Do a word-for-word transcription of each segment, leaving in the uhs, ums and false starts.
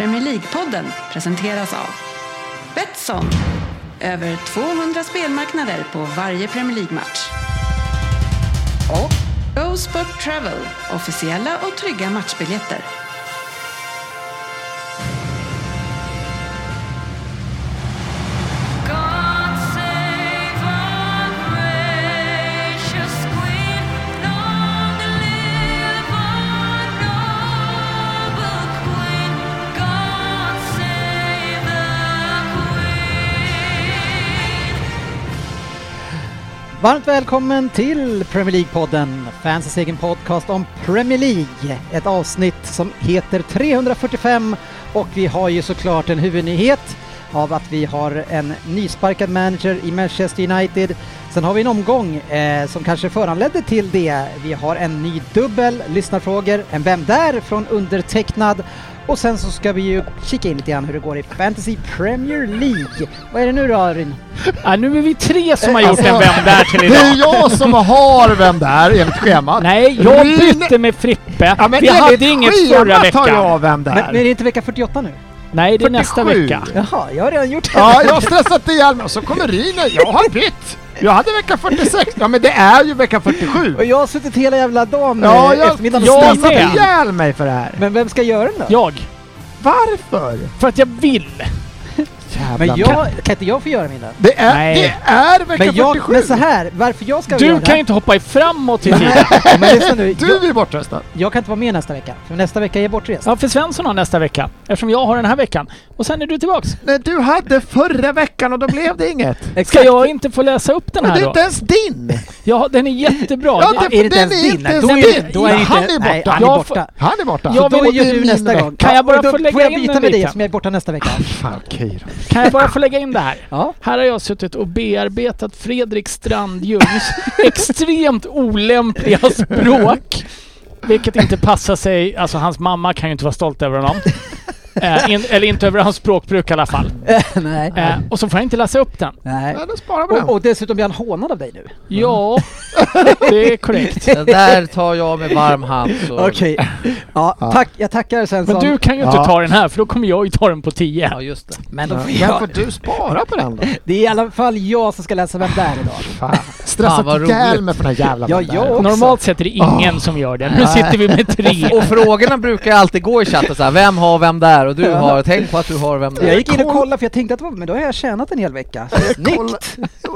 Premier League-podden presenteras av Betsson. Över tvåhundra spelmarknader på varje Premier League-match. Och Go Sport Travel. Officiella och trygga matchbiljetter. Varmt välkommen till Premier League-podden, fansens egen podcast om Premier League. Ett avsnitt som heter trehundrafyrtiofem och vi har ju såklart en huvudnyhet av att vi har en nysparkad manager i Manchester United. Sen har vi en omgång eh, som kanske föranledde till det. Vi har en ny dubbel, lyssnarfrågor, en Vem där från undertecknad. Och sen så ska vi ju kika in lite grann hur det går i Fantasy Premier League. Vad är det nu då, Arin? Ja, nu är vi tre som har gjort alltså, en Vem där till idag. Det är jag som har Vem där enligt schemat. Nej, jag bytte med Frippe. Ja, vi hade inget förra veckan. Jag Vem där. Men, men är det inte vecka fyrtioåtta nu? Nej, det är fyrtiosju. Nästa vecka. Jaha, jag har redan gjort det. Ja, jag har stressat ihjäl mig. Och så kommer Rine. Jag har bytt. Jag hade vecka fyrtiosex. Ja, men det är ju vecka fyrtiosju. Och jag har suttit hela jävla dagen. Ja, jag, eftermiddagen jag och har stressat ihjäl mig för det här. Men vem ska göra den då? Jag. Varför? För att jag vill. Men jag, kan inte jag få göra mina? Det är, det är vecka men jag, fyrtiosju. Men så här, varför jag ska du göra kan ju inte hoppa i framåt i tiden. Men lyssna nu, du jag, är bortröstad. Jag kan inte vara med nästa vecka. För nästa vecka är jag bortrest. Ja, för Svensson har nästa vecka. Eftersom jag har den här veckan. Och sen är du tillbaks. Nej, du hade förra veckan och då blev det inget. Ska jag inte få läsa upp den här men då? det är inte ens din. Ja, den är jättebra. Ja, det, är det inte ens din? Då är, då är inte, han är borta. Nej, han är borta. Han är borta. Jag vill ju du nästa gång. Kan jag bara då få lägga får jag in byta den med dig lite? som jag är borta nästa vecka. Fan, okej då. Kan jag bara få lägga in det här? Ja. Här har jag suttit och bearbetat Fredrik Strandljungs extremt olämpliga språk. Vilket inte passar sig. Alltså hans mamma kan ju inte vara stolt över honom. Eh, in, eller inte över hans språkbruk i alla fall. Nej. Eh, och så får jag inte läsa upp den. Nej. Ja, då sparar vi den. Och, och dessutom blir han hånad av dig nu. Ja, det är korrekt. Det där tar jag med varm hand. Okej. Okay. Ja, ja. Tack, jag tackar sen. Men du kan ju inte ja. ta den här, för då kommer jag ju ta den på tio. Ja, just det. Men då ja. får jag... får du spara på den då? Det är i alla fall jag som ska läsa Vem där idag. Fan. Stressat ihjäl med för den här jävla ja, jag också. Normalt sett är det ingen oh. som gör det. Nu sitter vi med tre. Och, och frågorna brukar alltid gå i chatten så här, vem har vem där? Och du ja. har tänkt på att du har vem där. Jag gick in och kollade för jag tänkte att men då har jag tjänat en hel vecka. Snyggt!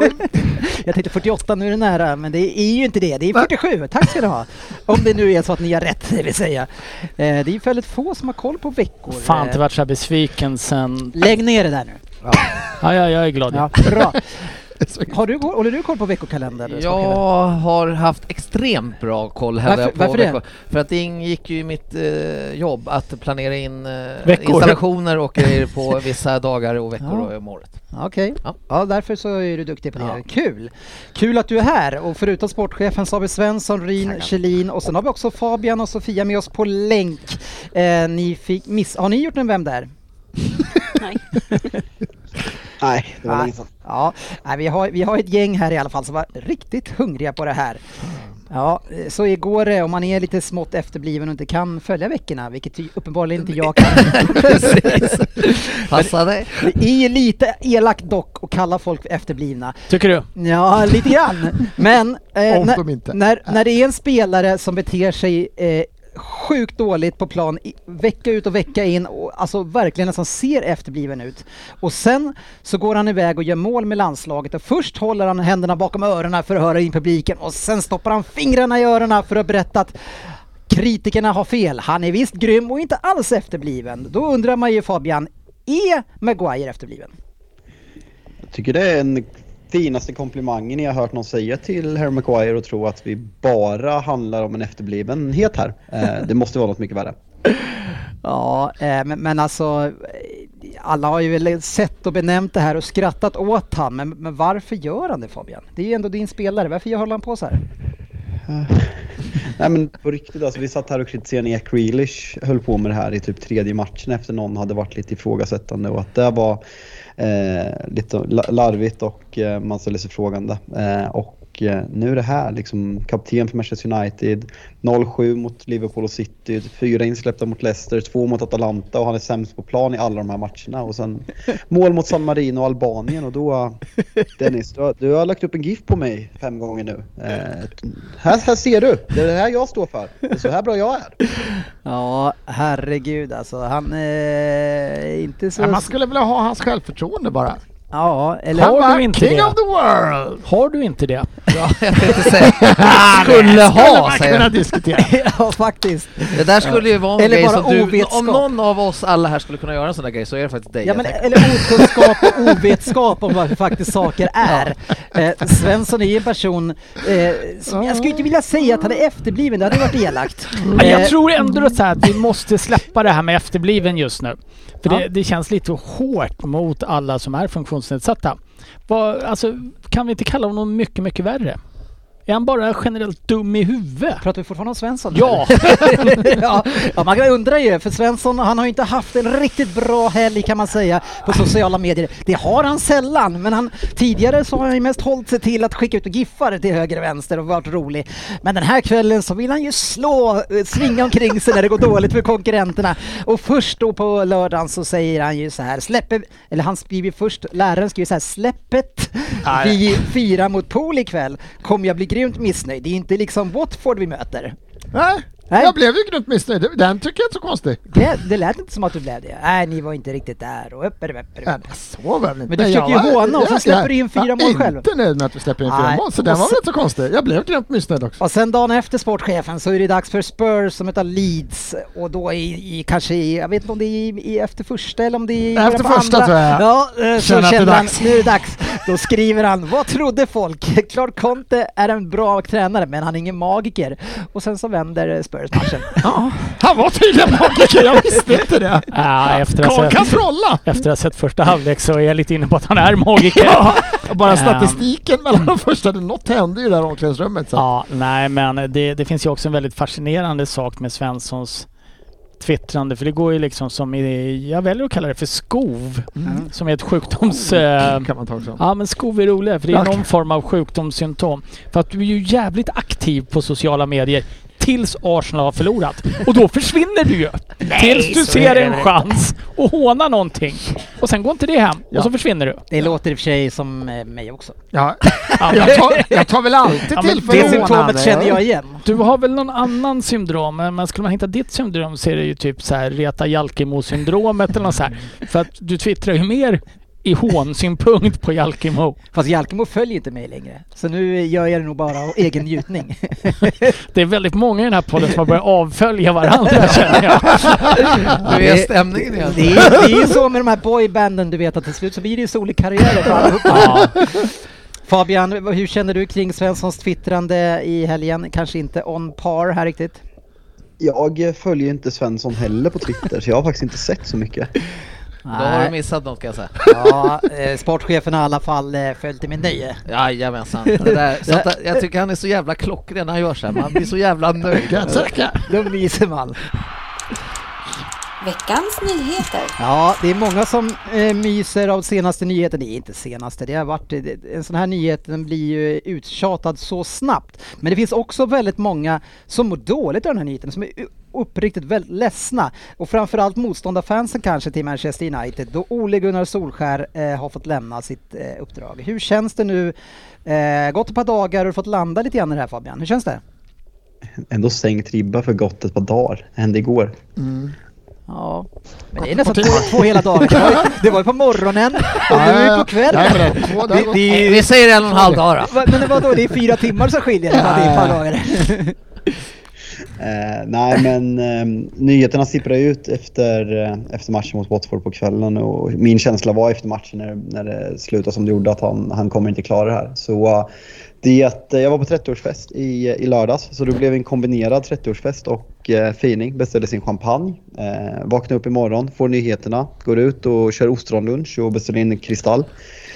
Jag tänkte fyrtioåtta, nu är det nära, men det är ju inte det. Det är fyrtiosju, tack ska du ha. Om det nu är så att ni har rätt, det vill säga. Eh, det är ju väldigt få som har koll på veckor. Fan, inte varit så här besviken sen... Lägg ner det där nu. Ja, ja, ja jag är glad. Ja, bra. Har du, håller du koll på veckokalender? Jag har haft extremt bra koll här varför, på varför veckor. Det? För att det ingick ju i mitt eh, jobb att planera in eh, Veckor. installationer och grejer på vissa dagar och veckor ja. om året. Okej, okay. ja. ja därför så är du duktig på det. Ja. Kul! Kul att du är här och förutom sportchefen så har vi Svensson, Rin, Kjellin och sen har vi också Fabian och Sofia med oss på länk. Eh, ni fick miss... Har ni gjort en Vem där? Nej. Nej, det var länge sedan. Ja, nej, vi, har, vi har ett gäng här i alla fall som var riktigt hungriga på det här. Ja, så igår det, om man är lite smått efterbliven och inte kan följa veckorna, vilket uppenbarligen inte jag kan. Precis. Passa dig. Det är ju lite elakt dock att kalla folk för efterblivna. Tycker du? Ja, lite grann. Men eh, när, när, när det är en spelare som beter sig eh, sjukt dåligt på plan i, vecka ut och vecka in och alltså verkligen nästan ser efterbliven ut. Och sen så går han iväg och gör mål med landslaget och först håller han händerna bakom öronen för att höra in publiken och sen stoppar han fingrarna i öronen för att berätta att kritikerna har fel. Han är visst grym och inte alls efterbliven. Då undrar man ju, Fabian, är Maguire efterbliven? Jag tycker det är en finaste komplimangen jag har hört någon säga till Harry Maguire och tro att vi bara handlar om en efterblivenhet här. Eh, det måste vara något mycket värre. Ja, eh, men, men alltså alla har ju väl sett och benämnt det här och skrattat åt han, men, men varför gör han det, Fabian? Det är ju ändå din spelare, varför håller han på så här? Uh, nej men på riktigt alltså, vi satt här och kritiserade Jack Grealish höll på med det här i typ tredje matchen efter någon hade varit lite ifrågasättande och att det var eh, lite larvigt och eh, man ställer sig frågande eh, och och eh, nu är det här liksom kapten för Manchester United, noll sju mot Liverpool och City, fyra insläppta mot Leicester, två mot Atalanta och han är sämst på plan i alla de här matcherna och sen mål mot San Marino och Albanien och då Dennis, du har, du har lagt upp en gif på mig fem gånger nu. Eh, här, här ser du, det är det här jag står för, det är så här bra jag är. Ja, herregud alltså. Han är inte så... Ja, man skulle vilja ha hans självförtroende bara. Ja, eller... Han Har var du inte king det? of the world! Har du inte det? Ja, jag tänkte säga. Skulle ha, man säger kunna jag. diskutera. ja, faktiskt. Det där skulle ju vara en Eller grej bara som du, ovetskap. om någon av oss alla här skulle kunna göra en sån där grej så är det faktiskt dig. Ja, jag men, tänker. eller okunskap och ovetskap om vad faktiskt saker är. Eh, Svensson är en person eh, som, jag skulle inte vilja säga att han är efterbliven, det hade varit elakt. Ja, Eh, jag tror ändå så här att vi måste släppa det här med efterbliven just nu. För Ja. det, det känns lite hårt mot alla som är funktionsnedsatta. Vad, alltså, kan vi inte kalla honom mycket, mycket värre? Är han bara generellt dum i huvudet? Pratar vi fortfarande om Svensson? Ja! ja, ja, man kan undra ju, för Svensson han har ju inte haft en riktigt bra helg kan man säga på sociala medier. Det har han sällan, men han tidigare så har han ju mest hållit sig till att skicka ut giffar till höger och vänster och varit rolig. Men den här kvällen så vill han ju slå, svinga omkring sig när det går dåligt för konkurrenterna. Och först då på lördagen så säger han ju så här, släpper, eller han skriver först, läraren skriver så här, släppet vi firar mot Pool ikväll kommer jag bli grymt missnöjd. Det är inte liksom Watford vi möter. Nej, Nej. jag blev ju grymt missnöjd. Den tycker jag inte så konstig. Det, det lät inte som att du blev det. Nej, ni var inte riktigt där. Och öppar, öppar, öppar. Ja, så väl inte. Men du försöker ju håna och sen släpper du in fyra mål själv. Jag är inte nöjd med att du släpper in fyra Nej. mål, så den var väl inte så konstig. Jag blev grymt missnöjd också. Och sen dagen efter sportchefen så är det dags för Spurs som heter Leeds. Och då i, i kanske i, jag vet inte om det är i, i efter första eller om det är i Efter på första, andra. tror jag. Ja, eh, så Känner att det är känner han, dags. nu är det dags. Då skriver han, vad trodde folk? Klart Conte är en bra tränare men han är ingen magiker. Och sen så vänder Spurs matchen. Ja, han var tydligen magiker, jag visste inte det. Ja, efter att Karl ha kan sett, trolla! efter att ha sett första halvlek så är jag lite inne på att han är magiker. Ja, och bara Ja. statistiken mellan de första, det något hände ju där i omklädningsrummet. Så. Ja, nej men det, det finns ju också en väldigt fascinerande sak med Svenssons twittrande, för det går ju liksom som i, jag väljer att kalla det för skov, Mm. som är ett sjukdoms... Eh, Kan man ta också. ja, men skov är roligt, för det är Okej. någon form av sjukdomssymptom. För att du är ju jävligt aktiv på sociala medier tills Arsenal har förlorat. Och då försvinner du ju. Tills du så ser är det en väl. chans och håna någonting. Och sen går inte det hem. Ja. Och så försvinner du. Det låter i och för sig som eh, mig också. Ja. Jag, tar, jag tar väl alltid Ja, men tillfälle Det det att håna symptomet dig. känner jag igen. Du har väl någon annan syndrom, men skulle man hitta ditt syndrom så är det ju typ så här Reta Jalkemo-syndromet eller något så här. För att du twittrar ju mer i hånsynpunkt på Jalkemo. Fast Jalkemo följer inte mig längre. Så nu gör jag det nog bara av egen njutning. Det är väldigt många i den här podden som har börjat avfölja varandra, känner jag. Hur är stämningen igen? Det är, det är ju så med de här boybanden, du vet att till slut så blir det ju solig karriär för allihopa. Ja. Fabian, hur känner du kring Svenssons twittrande i helgen? Kanske inte on par här riktigt. Jag följer inte Svensson heller på Twitter så jag har faktiskt inte sett så mycket. Då har du missat något kan jag säga. Ja, eh, sportchefen har i alla fall eh, följt till min nöje. Jajamensan. Det där, så att, jag tycker han är så jävla klockren när han gör så här. Man blir så jävla nöjd. Jag tackar. Då myser man. Veckans nyheter. Ja, det är många som eh, myser av senaste nyheten. Det är inte senaste, det har varit det, en sån här nyhet, den blir ju uttjatad så snabbt. Men det finns också väldigt många som mår dåligt av den här nyheten, som är uppriktigt väldigt ledsna. Och framförallt motståndarfansen kanske till Manchester United, då Ole Gunnar Solskjær eh, har fått lämna sitt eh, uppdrag. Hur känns det nu? Eh, gått ett par dagar och fått landa lite grann i det här, Fabian. Hur känns det? Ändå sänkt ribba för gott ett par dagar. Det hände igår. Ja, men det är nästan två, två hela dagar. Det var ju, det var ju på morgonen och Ja, nu är ja, det på kvällen. ja, men det- två dagar. Det, det är ju, Vi säger en och en halv dag då. Va- men det var då, det är fyra timmar som skiljer. Det var det ett par dagar. Eh, nej men eh, nyheterna sipprar ut efter, eh, efter matchen mot Watford på kvällen och min känsla var efter matchen när, när det slutade som det gjorde att han, han kommer inte klara det här. Så eh, det är att eh, jag var på trettioårsfest i, i lördags så det blev en kombinerad trettioårsfest och eh, fining, beställde sin champagne, eh, vaknade upp imorgon, får nyheterna, går ut och kör ostronlunch och beställer in en kristall.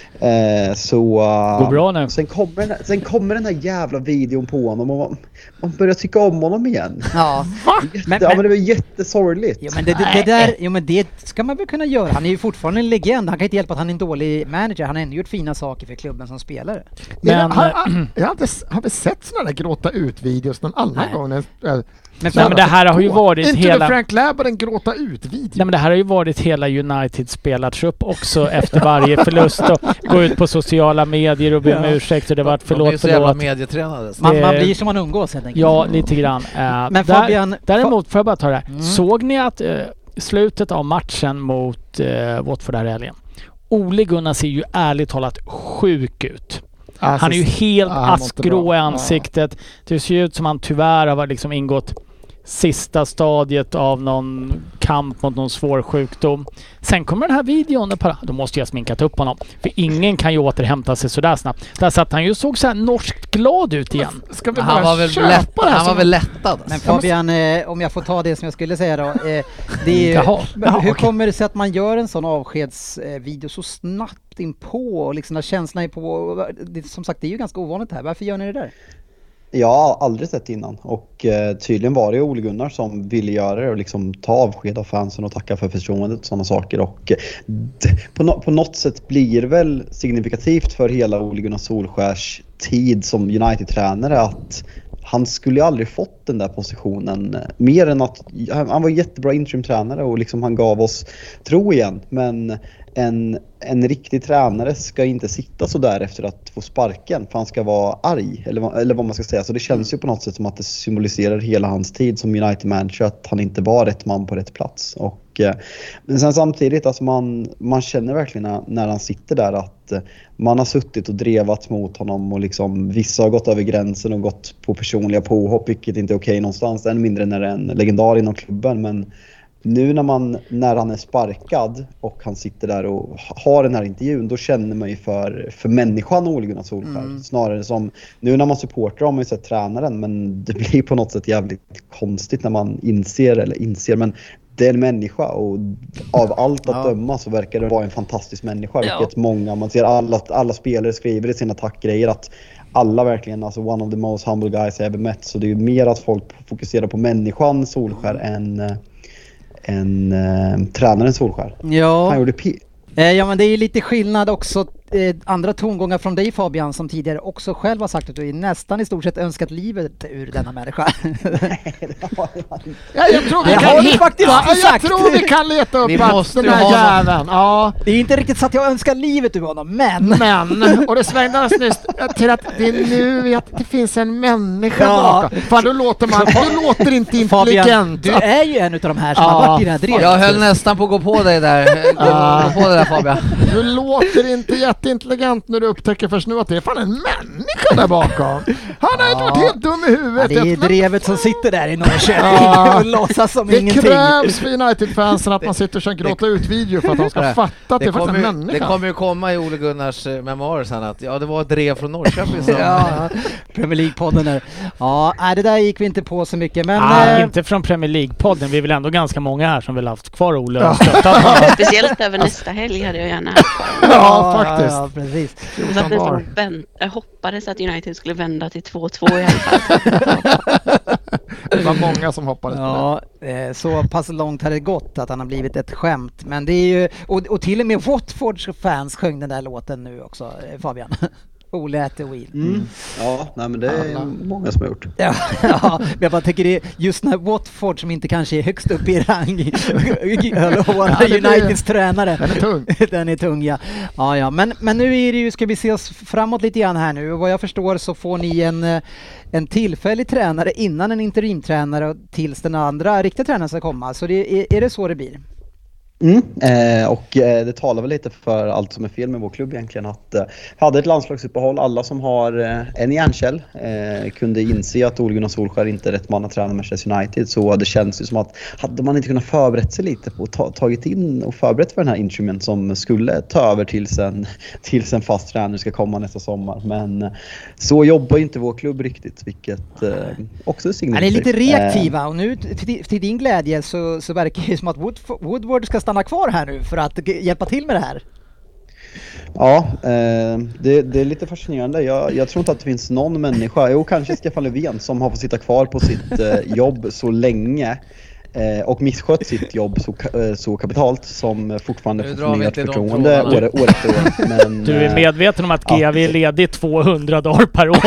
Eh, så... Går bra nu. Sen kommer, den, sen kommer den här jävla videon på honom och man, man börjar tycka om honom igen. Ja. Jätte, Men- ja, men- men det var jättesorgligt. Jo men det, det, det där, jo men det ska man väl kunna göra. Han är ju fortfarande en legend. Han kan inte hjälpa att han är en dålig manager. Han har ändå gjort fina saker för klubben som spelare. Men, har, har, jag har, inte, har vi sett sådana där gråta ut-videos någon annan Nej. gång? När, Men, Nej, men det här har ju varit inte hela... Frank Lampard en gråta ut-video. Nej, men det här har ju varit hela Uniteds spelartrupp också efter varje förlust och gå ut på sociala medier och be om Ja. ursäkt och det vart De är ju förlåt, så jävla förlåt. medietränade. så- man, man det- blir som man umgås helt enkelt. Ja, lite grann. Uh, Men där, Fabian- däremot får jag bara ta det här. Mm. Såg ni att uh, slutet av matchen mot uh, Watford här i helgen? Ole Gunnar ser ju ärligt talat sjuk ut. Alltså, Han är ju helt ja, han mår inte askgrå bra. i ansiktet. Det ser ut som han tyvärr har liksom ingått sista stadiet av någon kamp mot någon svår sjukdom. Sen kommer den här videon och bara, då måste jag sminkat upp honom. För ingen kan ju återhämta sig sådär snabbt. Där satt han ju såg så här norskt glad ut igen. Ska vi Han bara var väl, köpa lätt, det här han var som- väl lättad. Men Fabian, eh, om jag får ta det som jag skulle säga då. Eh, det är ju, Jaha. men Jaha, hur okej. kommer det sig att man gör en sån avskedsvideo så snabbt in på och liksom när känslan är på? Det, som sagt, det är ju ganska ovanligt här. Varför gör ni det där? Jag har aldrig sett innan och eh, tydligen var det Ole Gunnar som ville göra det och liksom ta avsked av fansen och tacka för förtroendet och sådana saker och eh, d- på, no- på något sätt blir det väl signifikativt för hela Ole Gunnar Solskjärs tid som United-tränare att han skulle ju aldrig fått den där positionen eh, mer än att han, han var jättebra interim-tränare och liksom han gav oss tro igen, men en, en riktig tränare ska inte sitta så där efter att få sparken för han ska vara arg eller, vad- eller vad man ska säga. Så det känns ju på något sätt som att det symboliserar hela hans tid som United-manager att han inte var rätt man på rätt plats. Och, eh, men sen samtidigt, alltså man, man känner verkligen när, när han sitter där att eh, man har suttit och drevat mot honom och liksom vissa har gått över gränsen och gått på personliga påhopp, vilket inte är okej någonstans, än mindre när det är en legendar inom klubben. Men nu när, man, när han är sparkad och han sitter där och har den här intervjun, då känner man ju för, för människan Ole Gunnar Solskjær. Mm. Snarare som, nu när man supportar har man ju sett tränaren, men det blir på något sätt jävligt konstigt när man inser, eller inser, men det är en människa och av allt att Ja. döma så verkar det vara en fantastisk människa, Ja. vilket många, man ser alla, alla spelare skriver i sina tackgrejer att alla verkligen, alltså one of the most humble guys I ever met, så det är ju mer att folk fokuserar på människan Solskjær än en eh, tränaren Solskjær. Ja. Han gjorde pi- Eh, ja men det är ju lite skillnad också, eh, andra tongångar från dig Fabian som tidigare också själv har sagt att du är nästan i stort sett önskat livet ur denna människa. Ja, jag tror vi Det kan har du hitta, faktiskt ja, jag sagt. tror vi kan leta upp Vi att måste den ju här ha jäveln. Ja, Det är inte riktigt så att jag önskar livet ur honom, men... men, och det svängde alldeles nyss till att det är nu att det finns en människa Ja. bakom. För då låter man, du låter inte Fabian, intelligent. du är ju en av de här som Ja. har varit i den här drevet. Jag höll nästan på att gå på dig där. Gå, gå på det där Fabian. Du låter inte jätteintelligent när du upptäcker först nu att det är fan en människa där bakom. Han har inte Ja. varit helt dum i Ja, huvudet. det är Jag- drevet som sitter där i Norrköping Ja. och låtsas som Det ingenting. krävs för United-fansen att man sitter och kör gråta ut video för att de ska Det- fatta att det, Det är faktiskt en kommer, ju- det människa. kommer ju komma i Ole Gunnars eh, memoarer sen att ja, det var ett drev från Norrköping som... Ja, Premier League-podden där. Ja, nej, det där gick vi inte på så mycket, men... Ah, eh, inte från Premier League-podden. Vi är väl ändå ganska många här som vill ha haft kvar Ole och stöttat honom. Speciellt över nästa helg hade jag gärna haft kvar. Ja, faktiskt. Ja, precis. Jag satt nästan och vänt, jag hoppades att United skulle vända till två två i alla fall. Det var många som hoppades på det. Ja, eh, så pass långt har det gått att han har blivit ett skämt. Men det är ju, och, och till och med Watfords fans sjöng den där låten nu också, eh, Fabian. Ole at the wheel. Mm. Ja, nej, men det är Alla. många som har gjort. Ja, ja, men jag bara tycker det är just när Watford som inte kanske är högst upp i rang höll att vara Ja, det blir- Uniteds tränare. Den är tung. Den är tung, ja. Ja, ja. Men, men nu är det ju, ska vi se oss framåt lite grann här nu. Och vad jag förstår så får ni en, eh, en tillfällig tränare innan en interimtränare tills den andra riktiga tränaren ska komma. Så det, är, är det så det blir? Mm. Eh, och eh, det talar väl lite för allt som är fel med vår klubb egentligen, att eh, hade ett landslagsuppehåll, alla som har eh, en hjärnkäll eh, kunde inse att Ole Gunnar Solskjær inte är rätt man att träna Manchester United, så det känns ju som att hade man inte kunnat förberett sig lite på ta, tagit in och förberett för den här instrument som skulle ta över tills en, tills en fast tränare ska komma nästa sommar, men eh, så jobbar inte vår klubb riktigt, vilket eh, också är Ja, signifikativt. ni är lite reaktiva och nu till, till din glädje så, så verkar det som att Wood, Woodward ska stanna kvar här nu för att g- hjälpa till med det här. Ja, eh, det, det är lite fascinerande. Jag, jag tror inte att det finns någon människa, jo kanske Stefan Löfven, som har fått sitta kvar på sitt eh, jobb så länge eh, och misskött sitt jobb så, eh, så kapitalt som fortfarande får förnyat förtroende år, år efter år. Men, du är medveten om att G V är ledig tvåhundra dagar per år?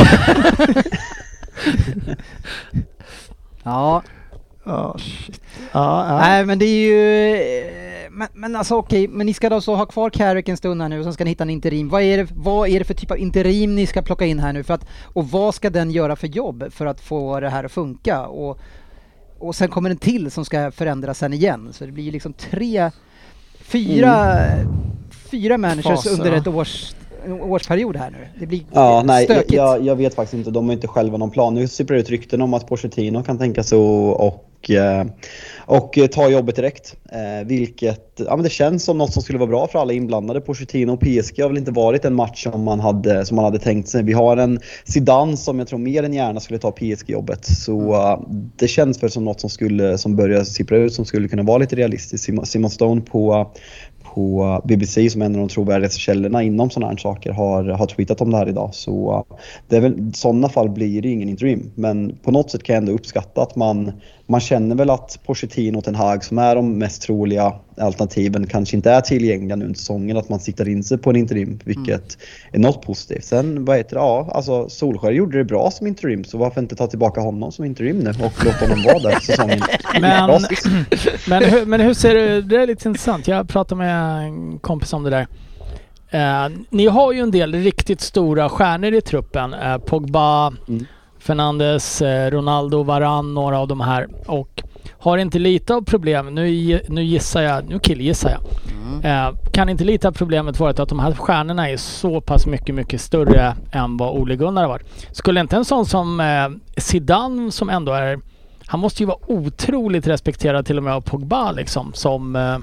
Ja. Oh, shit. Ja, ja. Nej, men det är ju... Men, men alltså okej, men ni ska då så ha kvar Carrick en stund här nu och sen ska ni hitta en interim. Vad är det, vad är det för typ av interim ni ska plocka in här nu? För att, och vad ska den göra för jobb för att få det här att funka? Och, och sen kommer en till som ska förändras sen igen. Så det blir ju liksom tre, fyra, mm. fyra managers Fasa. under ett års... årsperiod här nu. Det blir ja, nej, stökigt. Jag, jag vet faktiskt inte. De har inte själva någon plan. Nu sipprar ut rykten om att Pochettino kan tänka sig och, och, och ta jobbet direkt. Eh, vilket, ja, men det känns som något som skulle vara bra för alla inblandade. Pochettino och P S G har väl inte varit en match som man hade, som man hade tänkt sig. Vi har en Zidane som jag tror mer än gärna skulle ta P S G-jobbet. Så uh, det känns väl som något som, skulle, som börjar sippra ut som skulle kunna vara lite realistiskt. Simon, Simon Stone på på B B C, som är en av de trovärdigaste källorna inom sådana här saker, har, har tweetat om det här idag. Så uh, det är väl, i sådana fall blir det ingen interim. Men på något sätt kan jag ändå uppskatta att man, man känner väl att Pochettino och Ten Hag, som är de mest troliga alternativen, kanske inte är tillgängliga nu under säsongen, att man siktar in sig på en interim, vilket mm. är något positivt. Sen, vad heter det? Ja, alltså Solskär gjorde det bra som interim, så varför inte ta tillbaka honom som interim nu och låta honom vara där säsongen? Men, men, hur, men hur ser du, det är lite intressant. Jag pratade med en kompis om det där. Uh, ni har ju en del riktigt stora stjärnor i truppen. Uh, Pogba, mm. Fernandes, uh, Ronaldo, Varane, några av de här. Och har inte lite av problem, nu, nu gissar jag, nu killgissar jag. Mm. Uh, kan inte lite av problemet vara att de här stjärnorna är så pass mycket, mycket större än vad Ole Gunnar har varit? Skulle inte en sån som uh, Zidane, som ändå är, han måste ju vara otroligt respekterad till och med av Pogba liksom, som... Uh,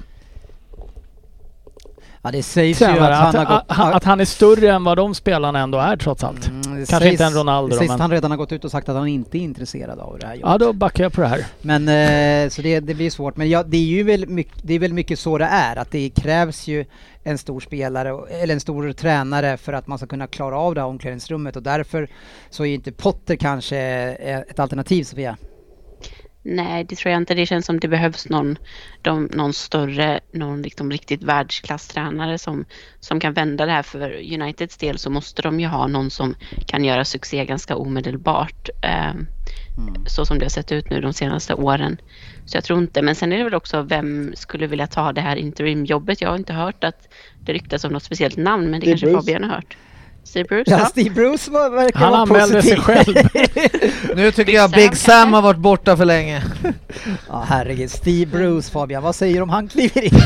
Ja, det sägs ju att, att, han har gått, att, att han är större än vad de spelarna ändå är trots allt. Mm, Kanske sägs, inte en Ronaldo. Det sägs men... att han redan har gått ut och sagt att han inte är intresserad av det här jobbet. Ja, då backar jag på det här. Men eh, så det, det blir svårt. Men ja, det är ju väl mycket, det är väl mycket så det är. Att det krävs ju en stor spelare eller en stor tränare för att man ska kunna klara av det här omklädningsrummet. Och därför så är ju inte Potter kanske ett alternativ, Sofia. Nej, det tror jag inte. Det känns som det behövs någon, de, någon större, någon liksom riktigt världsklasstränare som, som kan vända det här. För Uniteds del så måste de ju ha någon som kan göra succé ganska omedelbart. Eh, mm. Så som det har sett ut nu de senaste åren. Så jag tror inte. Men sen är det väl också, vem skulle vilja ta det här interimjobbet? Jag har inte hört att det ryktas om något speciellt namn, men det, det kanske Bruce. Fabian har hört. Steve Bruce, ja, ja. Steve Bruce var, verkar han vara anmälde positiv. sig själv. Nu tycker Big jag Sam, Big Sam har varit borta för länge. Ja, herregud. Steve Bruce, Fabian. Vad säger du om han kliver in?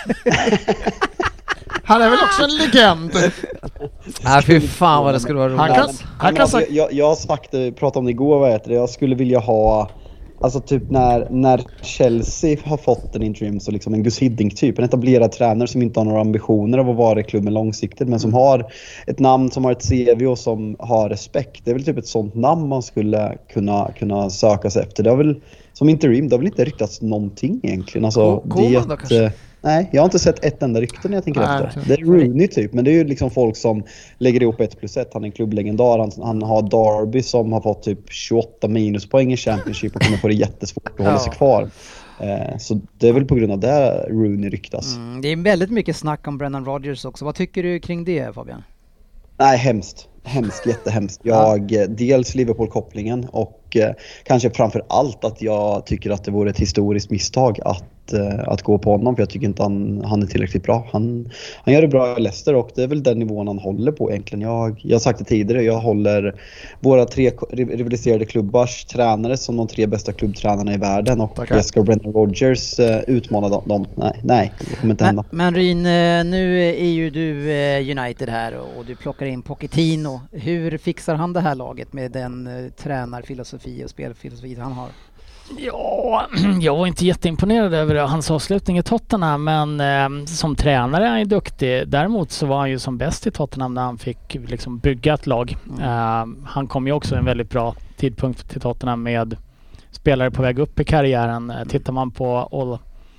Han är väl också en legend. Nej, fy fan vad det skulle vara roligt. Han kan, han kan alltså, jag, jag har sagt det, pratade om det igår, vad heter det? Jag skulle vilja ha, alltså typ när, när Chelsea har fått en interim, så liksom en Gus Hiddink typ, en etablerad tränare som inte har några ambitioner av att vara i klubben långsiktigt, men som har ett namn, som har ett C V och som har respekt. Det är väl typ ett sånt namn man skulle kunna, kunna söka sig efter. Det har väl, som interim, det har väl inte ryktats någonting egentligen. Alltså, Koman då kanske? Nej, jag har inte sett ett enda rykte när jag tänker Nej, efter. Det är Rooney typ, men det är ju liksom folk som lägger ihop ett plus ett. Han är en klubblegendar. Han, han har Derby som har fått typ tjugoåtta minuspoäng i Championship och kommer få det jättesvårt att hålla sig kvar. Eh, så det är väl på grund av det Rooney ryktas. Mm, det är väldigt mycket snack om Brendan Rodgers också. Vad tycker du kring det, Fabian? Nej, hemskt. Hemskt, jättehemskt. Jag, ja. Dels Liverpool-kopplingen och eh, kanske framför allt att jag tycker att det vore ett historiskt misstag att, eh, att gå på honom, för jag tycker inte han, han är tillräckligt bra. Han, han gör det bra i Leicester och det är väl den nivån han håller på egentligen. Jag, jag har sagt det tidigare, jag håller våra tre rivaliserade klubbars tränare som de tre bästa klubbtränarna i världen, och okay. jag ska Brendan Rodgers eh, utmana dem. dem. Nej, nej, det kommer inte hända. Men, men Ryn, nu är ju du eh, United här och du plockar in Pochettino. Hur fixar han det här laget med den uh, tränarfilosofi och spelfilosofi han har? Ja, jag var inte jätteimponerad över hans avslutning i Tottenham, men eh, som tränare är han ju duktig. Däremot så var han ju som bäst i Tottenham när han fick liksom bygga ett lag. Mm. Uh, han kom ju också en väldigt bra tidpunkt till Tottenham med spelare på väg upp i karriären. Mm. Tittar man på all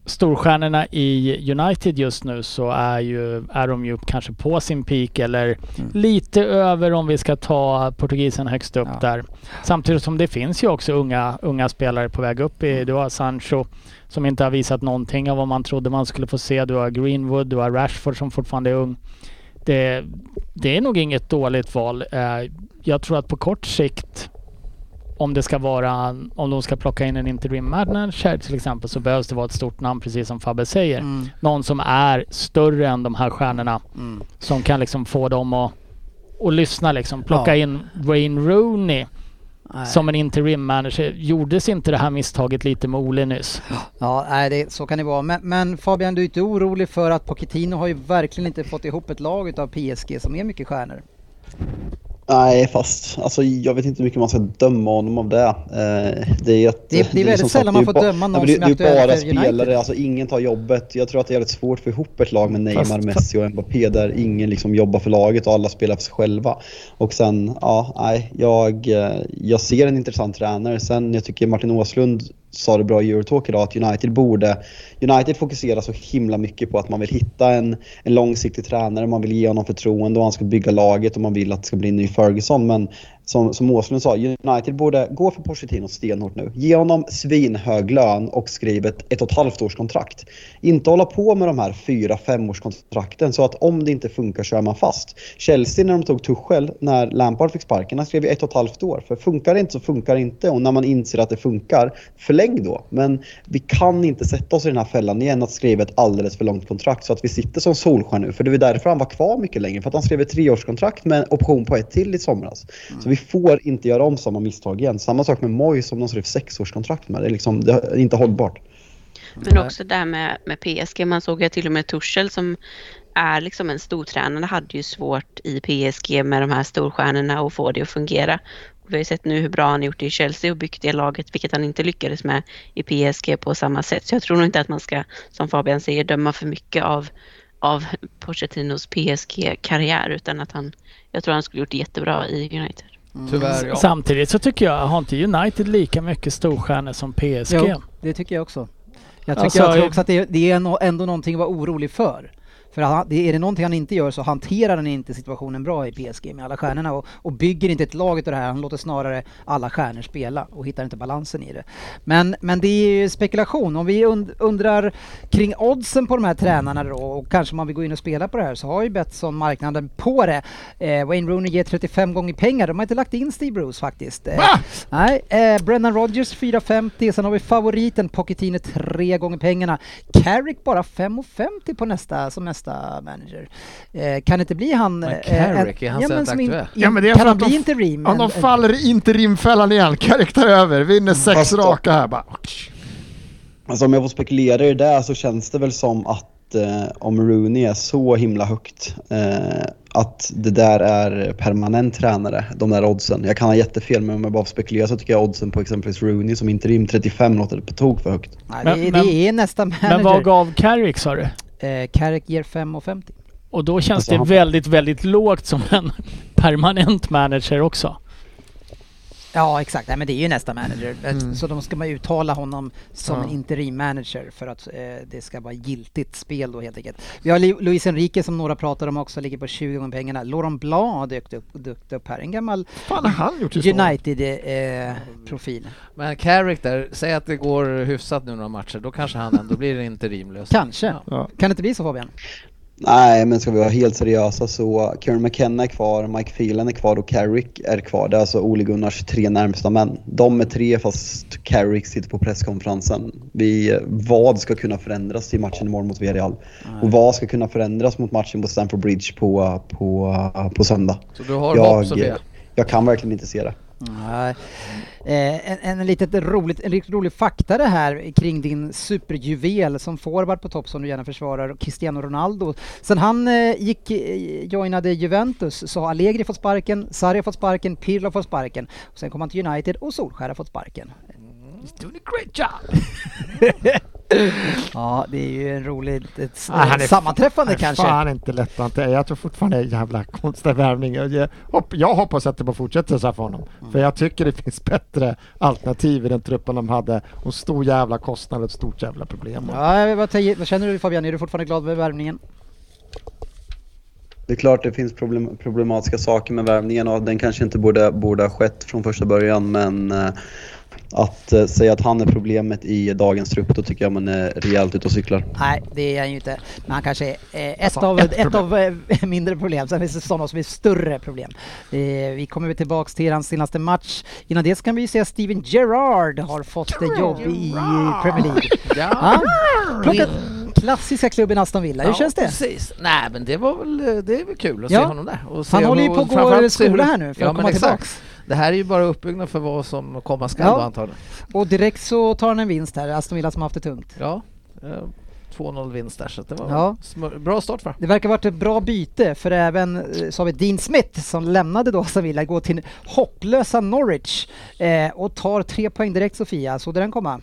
storstjärnorna i United just nu så är, ju, är de ju kanske på sin peak eller mm. lite över om vi ska ta portugisen högst upp ja. där. Samtidigt som det finns ju också unga, unga spelare på väg upp. I, du har Sancho som inte har visat någonting av vad man trodde man skulle få se. Du har Greenwood, du har Rashford som fortfarande är ung. Det, det är nog inget dåligt val. Jag tror att på kort sikt om det ska vara, om de ska plocka in en interim manager till exempel så behövs det vara ett stort namn precis som Fabbe säger. Mm. Någon som är större än de här stjärnorna mm. som kan liksom få dem att, att lyssna liksom. Plocka ja. in Wayne Rooney nej. som en interim manager. Gjordes inte det här misstaget lite med Ole nyss? Ja, nej, det, så kan det vara. Men, men Fabian, du är inte orolig för att Pochettino har ju verkligen inte fått ihop ett lag av P S G som är mycket stjärnor? Nej, fast alltså, jag vet inte hur mycket man ska döma honom av det. Eh, det är, ett, det, det är väldigt sällan man får ba- döma någon det, som är det är bara spelare, United. Alltså ingen tar jobbet. Jag tror att det är jävligt svårt för ihop ett lag med Neymar, fast, Messi och Mbappé där ingen liksom jobbar för laget och alla spelar för sig själva. Och sen, ja, nej, jag, jag ser en intressant tränare. Sen jag tycker Martin Åslund sa det bra i Eurotalk idag att United borde United fokuserar så himla mycket på att man vill hitta en, en långsiktig tränare, man vill ge honom förtroende och han ska bygga laget och man vill att det ska bli en ny Ferguson, men som, som Åslund sa, United borde gå för Pochettino stenhårt nu. Ge honom svinhög lön och skriv ett ett och ett halvt års kontrakt. Inte hålla på med de här fyra, fem års kontrakten så att om det inte funkar så är man fast. Chelsea när de tog Tuchel, när Lampard fick sparken, han skrev ett och ett halvt år. För funkar det inte så funkar det inte och när man inser att det funkar, förläng då. Men vi kan inte sätta oss i den här fällan igen att skriva ett alldeles för långt kontrakt så att vi sitter som Solskär nu. För det var därför han var kvar mycket längre, för att han skrev ett treårskontrakt med option på ett till i somras. Mm. Så vi får inte göra om samma misstag igen. Samma sak med Moyes som de skrev sexårskontrakt med. Det är, liksom, det är inte hållbart. Men också där med, med P S G. Man såg ju till och med Tuchel som är liksom en stortränare hade ju svårt i P S G med de här storstjärnorna och få det att fungera. Vi har ju sett nu hur bra han gjort det i Chelsea och byggt det laget, vilket han inte lyckades med i P S G på samma sätt. Så jag tror nog inte att man ska, som Fabian säger, döma för mycket av, av Pochettinos P S G-karriär, utan att han, jag tror han skulle gjort det jättebra i United. Mm. Tyvärr, ja. Samtidigt så tycker jag, har inte United lika mycket storstjärnor som P S G? Jo, det tycker jag också. Jag tycker alltså, jag tror också att det, det är ändå någonting att vara orolig för. För han, är det någonting han inte gör så hanterar han inte situationen bra i P S G med alla stjärnorna och, och bygger inte ett lag av det här. Han låter snarare alla stjärnor spela och hittar inte balansen i det. Men, men det är ju spekulation. Om vi und, undrar kring oddsen på de här tränarna då, och kanske man vill gå in och spela på det här, så har ju Betsson marknaden på det. Eh, Wayne Rooney ger trettiofem gånger pengar. De har inte lagt in Steve Bruce faktiskt. Eh, nej, eh, Brendan Rodgers fyra femtio. Sen har vi favoriten Pochettino tre gånger pengarna. Carrick bara fem femtio på nästa som nästa manager. Eh, kan det inte bli han... Men Carrick, är han ja, sett aktuell? Ja, men det är kan han bli de, interim? Om de faller i interimfällan igen, Carrick tar över, vinner sex Fast raka här. Bara. Alltså om jag får spekulera i det så känns det väl som att eh, om Rooney är så himla högt eh, att det där är permanent tränare, de där oddsen. Jag kan ha jättefel, men om jag bara spekulerar så tycker jag oddsen på exempelvis Rooney som interim trettiofem låter på tog för högt. Nej, det, men, det är nästa manager. Men vad gav Carrick, sa du? Eh, Carrick ger fem femtio. Och då känns alltså, det han... väldigt, väldigt lågt som en permanent manager också. Ja, exakt. Nej, men det är ju nästa manager. Mm. Så då ska man uttala honom som ja. en interim manager för att eh, det ska vara giltigt spel då helt enkelt. Vi har Luis Enrique som några pratar om också, ligger på tjugo gånger pengarna. Laurent Blanc har dykt upp, dykt upp här. En gammal United-profil. Eh, men Carrick där, säg att det går hyfsat nu några matcher, då kanske han ändå blir interimlös. Kanske. Ja. Ja. Kan det inte bli så, Fabian? Nej, men ska vi vara helt seriösa så Kieran McKenna är kvar, Mike Phelan är kvar och Carrick är kvar. Det är alltså Ole Gunnars tre närmsta män. De är tre fast Carrick sitter på presskonferensen. Vi, vad ska kunna förändras i matchen imorgon mot Villarreal? Nej. Och vad ska kunna förändras mot matchen på Stamford Bridge på, på, på söndag? Så du har jag, hopp, Sofia? Jag kan verkligen inte se det. Nej. Eh, en, en, litet roligt, en riktigt rolig fakta det här kring din superjuvel som forward på topp som du gärna försvarar, Cristiano Ronaldo. Sen han eh, gick, eh, joinade Juventus så har Allegri fått sparken, Sarri har fått sparken, Pirlo har fått sparken. Och sen kom han till United och Solskär har fått sparken. He's doing a great job! Ja, det är ju en rolig ett, Ah, han är sammanträffande fan, kanske. Fan inte lätt att jag tror fortfarande det är en jävla konstig värvning. Jag, hopp, jag hoppas att det bara fortsätter så här för honom. Mm. För jag tycker det finns bättre alternativ i den truppen de hade. Och stor jävla kostnad och ett stort jävla problem. Ja, vad, vad känner du Fabian? Är du fortfarande glad med värvningen? Det är klart det finns problem, problematiska saker med värvningen och den kanske inte borde, borde ha skett från första början, men eh, att eh, säga att han är problemet i dagens trupp, då tycker jag man är rejält ute och cyklar. Nej, det är han ju inte. Men han kanske är eh, ett, av, ett, ett av eh, mindre problem. Sen finns det sådana som är större problem. Eh, vi kommer tillbaka till hans senaste match. Innan det så kan vi ju se att Steven Gerrard har fått ett jobb i Premier League. Ja. Han plockat klassiska klubben Aston Villa. Hur Ja, känns det? Precis. Nej, men det var väl, det är väl kul att Ja. se honom där. Och se Han håller ju hur- på att gå framförallt se skola hur- här nu för ja, att men komma exakt. tillbaks. Det här är ju bara uppbyggnad för vad som komma skall Ja. då, antagligen. Och direkt så tar han en vinst här. Aston Villa som har haft det tungt. Ja, eh, två noll vinst där, så det var Ja. smör, bra start för. Det verkar ha varit ett bra byte, för även eh, så har vi Dean Smith som lämnade då Aston Villa, går till hopplösa Norwich eh, och tar tre poäng direkt. Sofia, så där den komma.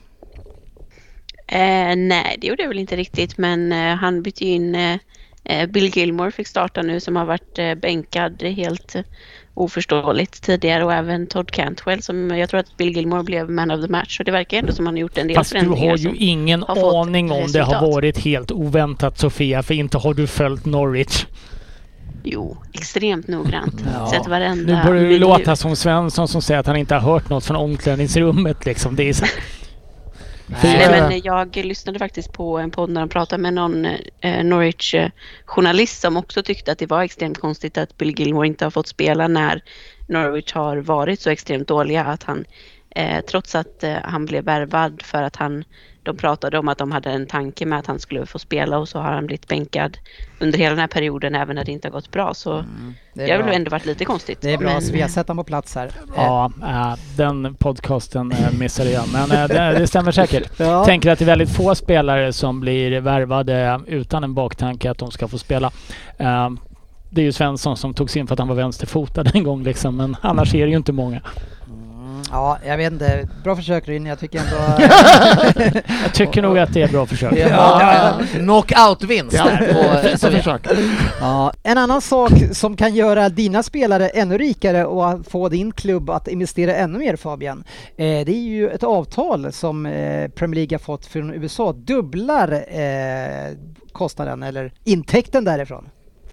Eh, nej, det gjorde jag väl inte riktigt, men eh, han bytte in eh, eh, Bill Gilmore fick starta nu, som har varit eh, bänkad helt eh, oförståeligt tidigare, och även Todd Cantwell, som jag tror att Bill Gilmore blev man of the match, och det verkar ändå som han har gjort en del Fast du förändringar. har ju som ingen har fått aning om det resultat. har varit helt oväntat, Sofia, för inte har du följt Norwich. Jo, extremt noggrant. Ja. Sett varenda Nu börjar det minut. låta som Svensson som säger att han inte har hört något från omklädningsrummet liksom. Det är så. Nej, men jag lyssnade faktiskt på en podd när de pratade med någon eh, Norwich-journalist som också tyckte att det var extremt konstigt att Bill Gilmore inte har fått spela när Norwich har varit så extremt dåliga, att han eh, trots att eh, han blev värvad för att han, de pratade om att de hade en tanke med att han skulle få spela, och så har han blivit bänkad under hela den här perioden även när det inte har gått bra, så Mm, det är det har bra. väl ändå varit lite konstigt. Det är bra, Men, så vi har sett honom på plats här. Ja, äh, den podcasten äh, missade jag, men äh, det, det stämmer säkert. Ja. Jag tänker att det är väldigt få spelare som blir värvade utan en baktanke att de ska få spela. Äh, det är ju Svensson som togs in för att han var vänsterfotad en gång liksom, men annars är det ju inte många. Ja, jag vet inte. Bra försök Ryn, jag tycker ändå... Jag tycker nog att det är bra försök. Ja. Ja, knockout-vinst där på Fint försök. Ja, en annan sak som kan göra dina spelare ännu rikare och att få din klubb att investera ännu mer, Fabian, eh, det är ju ett avtal som eh, Premier League har fått från U S A. Dubblar eh, kostnaden eller intäkten därifrån.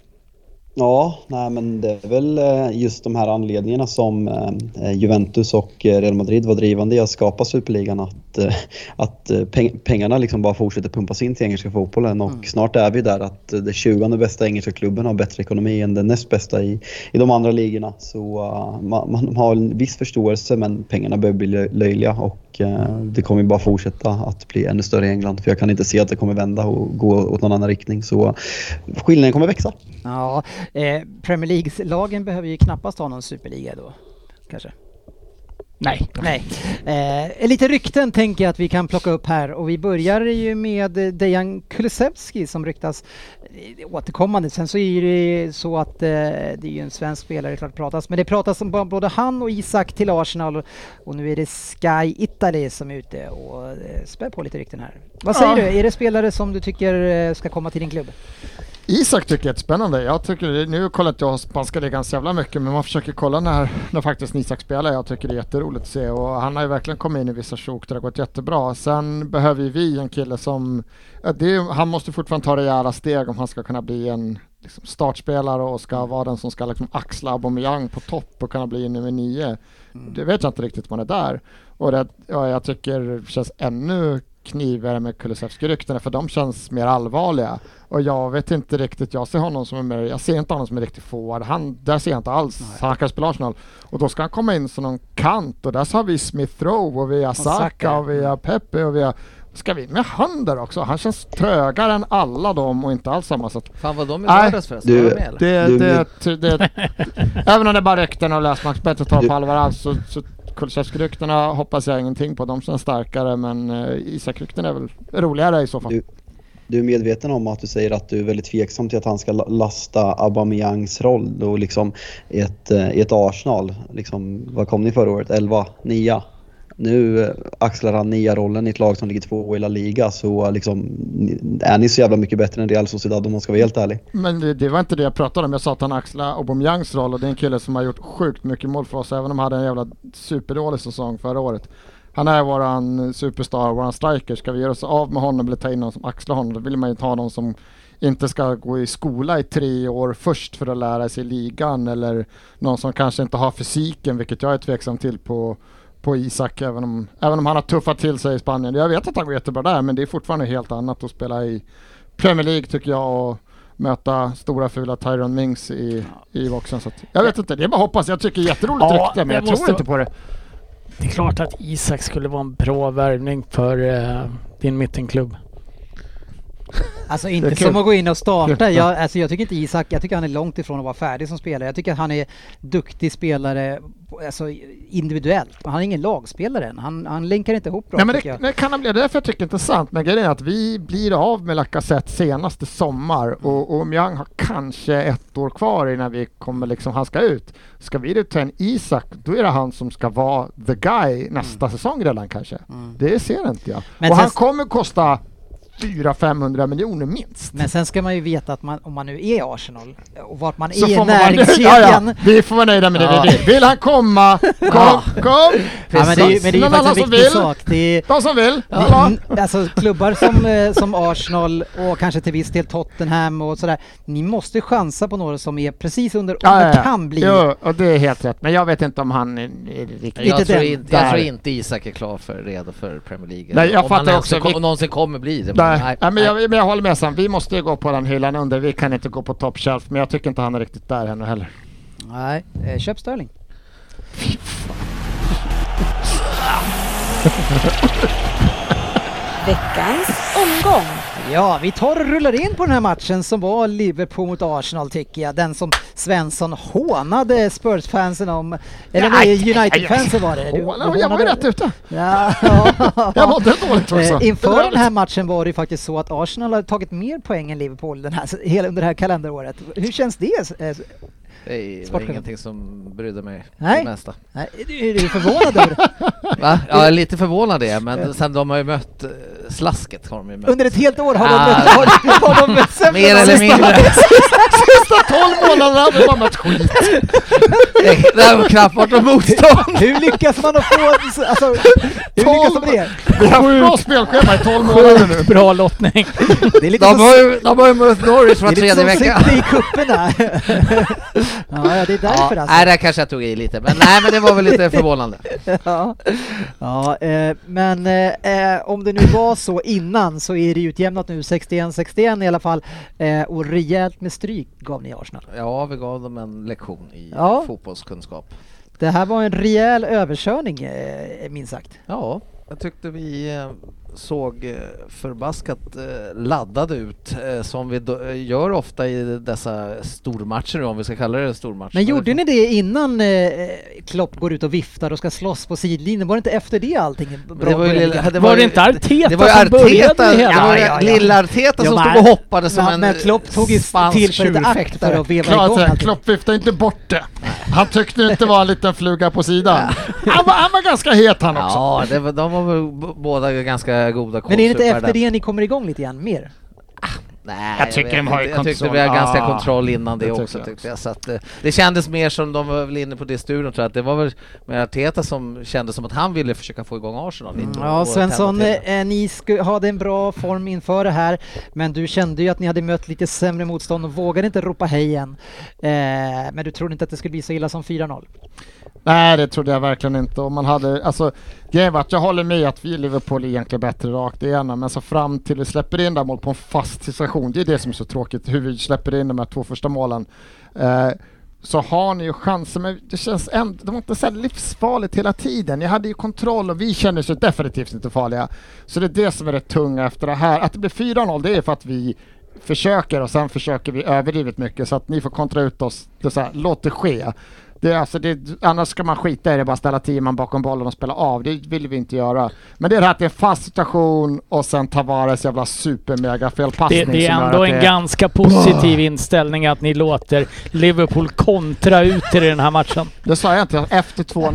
Ja, nej, men det är väl eh, just de här anledningarna som eh, Juventus och eh, Real Madrid var drivande i att skapa Superligan, att, eh, att eh, peng- pengarna liksom bara fortsätter pumpas in till engelska fotbollen, och mm. snart är vi där att eh, det tjugonde bästa engelska klubben har bättre ekonomi än den näst bästa i, i de andra ligorna, så uh, man, man har en viss förståelse, men pengarna börjar bli lö- löjliga, och uh, det kommer bara fortsätta att bli ännu större i England, för jag kan inte se att det kommer vända och gå åt någon annan riktning, så uh, skillnaden kommer växa. Ja, eh, Premier League-lagen behöver ju knappast ha någon superliga då, kanske. Nej. Nej. Eh, lite rykten tänker jag att vi kan plocka upp här, och vi börjar ju med Dejan Kulusevski som ryktas eh, återkommande. Sen så är det så att eh, det är ju en svensk spelare, klart pratas, men det pratas om både han och Isak till Arsenal, och, och nu är det Sky Italy som är ute och eh, spär på lite rykten här. Vad säger Ja. du? Är det spelare som du tycker eh, ska komma till din klubb? Isak tycker jag är spännande. Jag tycker, nu kollar inte jag spanska ligan så jävla mycket, men man försöker kolla när, när faktiskt Isak spelar. Jag tycker det är jätteroligt att se, och han har ju verkligen kommit in i vissa sjok där det har gått jättebra. Sen behöver vi en kille som, ja, det är, han måste fortfarande ta rejäla steg om han ska kunna bli en liksom, startspelare och ska vara den som ska liksom, axla Aubameyang på topp och kunna bli nummer nio. Mm. Det vet jag inte riktigt om man är där. Och det, ja, jag tycker det känns ännu knivare med Kulusevski-ryktena, för de känns mer allvarliga, och jag vet inte riktigt, jag ser honom som är mer, jag ser inte honom som är riktigt forward, han, där ser jag inte alls. Nej. Han kan spela Arsenal, och då ska han komma in som någon kant, och där så har vi Smith Rowe och vi har Saka och vi har Pepe och vi har, ska vi med han där också, han känns trögare än alla dem och inte alls samma sätt. Fan vad de är lördags förresten. Du, var de med, eller? Det, Du- det, det, det, även om det är bara rykten och läs Max Bättre tar Du- på allvar alls, så, så Kulusevski-ryktena hoppas jag ingenting på, de känns starkare, men uh, Isak-ryktena är väl roligare i så fall. Du, du är medveten om att du säger att du är väldigt tveksam till att han ska la- lasta Aubameyangs roll och liksom i ett, eh, i ett Arsenal, liksom, vad kom ni förra året? elva, nio? nu axlar han nya rollen i ett lag som ligger två i La Liga, så liksom, är ni så jävla mycket bättre än Real Sociedad om man ska vara helt ärlig. Men det, det var inte det jag pratade om. Jag sa att han axlar Aubameyangs roll, och det är en kille som har gjort sjukt mycket mål för oss, även om han hade en jävla superdålig säsong förra året. Han är våran superstar, våran striker. Ska vi göra oss av med honom eller ta in någon som axlar honom, då vill man ju ta någon som inte ska gå i skola i tre år först för att lära sig ligan, eller någon som kanske inte har fysiken, vilket jag är tveksam till på, på Isak, även om, även om han har tuffat till sig i Spanien. Jag vet att han går jättebra där, men det är fortfarande helt annat att spela i Premier League tycker jag, och möta stora fula Tyrone Mings i, i boxen. Så att, jag vet inte, det är bara hoppas. Jag tycker det är jätteroligt Ja, rykte, men jag måste... tror inte på det. Det är klart att Isak skulle vara en bra värvning för uh, din mittenklubb. Alltså inte som att gå in och starta. Jag, alltså jag tycker inte Isak, jag tycker han är långt ifrån att vara färdig som spelare. Jag tycker att han är duktig spelare, alltså individuellt. Men han är ingen lagspelare än. Han, han länkar inte ihop bra. Nej, men det, det kan han bli. Det är därför jag tycker det är intressant. Men grejen är att vi blir av med Lacazette senaste sommar, och, och Myang har kanske ett år kvar innan vi kommer liksom, han ska ut. Ska vi ut till en Isak, då är det han som ska vara the guy nästa mm. säsong redan kanske. Mm. Det ser inte jag. Men och sen, han kommer kosta fyra till femhundra miljoner minst. Men sen ska man ju veta att man, om man nu är Arsenal och vart man så är i näringskedjan. Ja, ja. Vi får vara nöjda med det. Ja. det. Vill han komma? Kom, ja. kom! Ja, men det är ju, men det är ju faktiskt en viktig sak. Det är, de som vill. Ja. Det, alltså klubbar som, som Arsenal och kanske till viss del Tottenham och sådär. Ni måste chansa på några som är precis under, ja, ja, ja. kan bli. Jo, och det är helt rätt. Men jag vet inte om han är, är riktigt... Jag, tror inte, jag tror inte Isak är klar för redo för Premier League. Nej, jag om fattar han också. Kom, någonsin kommer bli det. Nej, nej. nej men, jag, men jag håller med Sam. Vi måste gå på den hyllan under. Vi kan inte gå på top shelf. Men jag tycker inte han är riktigt där ännu heller. Nej, eh, köp Sterling. Veckans omgång. Ja, vi tar och rullar in på den här matchen som var Liverpool mot Arsenal tycker jag. Den som Svensson hånade Spurs-fansen om. Eller nej, United-fansen var det. Du, du jag var ju rätt ute. Ja, ja. Jag mådde dåligt också. Eh, inför den här matchen var det faktiskt så att Arsenal har tagit mer poäng än Liverpool den här, hela under det här kalenderåret. Hur känns det? Eh, Det var ingenting som brydde mig Nej. det mesta. Nej, är du förvånad över det? Va? Ja, lite förvånad det, men sen de har ju mött uh, slasket har de ju mött. Under ett helt år har ah. de mött, har, har de mött mer eller mindre. Sista tolv månaderna har de bara mött skit. Det har knappt varit något motstånd. Hur lyckas man att få, alltså, hur lyckas de med det? Vi har haft bra spelschema i tolv månader nu. Bra lottning. Det är lite de, har ju, de har ju mött Norwich var tredje vecka. Det är lite som i kupperna. Ja, det är därför ja, alltså. Nej, det kanske jag tog i lite. Men nej, men det var väl lite förvånande. Ja, ja eh, men eh, om det nu var så innan så är det utjämnat nu sextioen sextioen i alla fall. Eh, och rejält med stryk gav ni Arsenal. Ja, vi gav dem en lektion i ja. fotbollskunskap. Det här var en rejäl överkörning, eh, minst sagt. Ja, jag tyckte vi eh, såg eh, förbaskat eh, laddade ut eh, som vi do- gör ofta i dessa stormatcher, om vi ska kalla det stormatcher. Men gjorde ni det innan eh, Klopp går ut och viftar och ska slåss på sidlinjen? Var det inte efter det allting bra? Det var, ju lilla, det var, var det inte Arteta det var som Arteta, började med hela? ja, ja, ja. Lilla Arteta som stod och hoppade som men, en men Klopp tog ju till för ett akt för att veva Klart, igång allting. Klopp viftade inte bort det. Han tyckte inte var en liten fluga på sidan. Han var, han var ganska het han också. Ja, det var, de var väl b- båda ganska goda. Men är det inte efter det ni kommer igång lite grann mer? Ah, nej, jag tycker jag, de har jag, jag tyckte vi har ganska ah, kontroll innan det, det också jag. Tyckte jag. Så att, det kändes mer som de var väl inne på det studion, tror jag, att det var väl med Arteta som kändes som att han ville försöka få igång Arsenal lite. Mm, ja, Svensson, eh, ni sku, hade en bra form inför det här, men du kände ju att ni hade mött lite sämre motstånd och vågade inte ropa hej än. Eh, men du trodde inte att det skulle bli så illa som fyra noll? Nej, det trodde jag verkligen inte. Om man hade, alltså, jag håller med att vi i Liverpool är egentligen bättre rakt igenom, men så fram till vi släpper in där mål på en fast situation, det är det som är så tråkigt, hur vi släpper in de här två första målen. Eh, så har ni ju chanser, men det känns ändå, det var inte så livsfarligt hela tiden. Ni hade ju kontroll och vi känner sig definitivt inte farliga. Så det är det som är det tunga efter det här. Att det blir fyra noll, det är för att vi försöker och sen försöker vi överdrivet mycket så att ni får kontra ut oss. Det är så här, låt det ske. Det är alltså det, annars ska man skita i det, bara ställa tio man bakom bollen och spela av. Det vill vi inte göra. Men det är det här att det är en fast situation och sen ta vara så jävla super-mega felpassning. Det, det är ändå en det... ganska positiv inställning att ni låter Liverpool kontra ut i den här matchen. Det sa jag inte, efter två noll.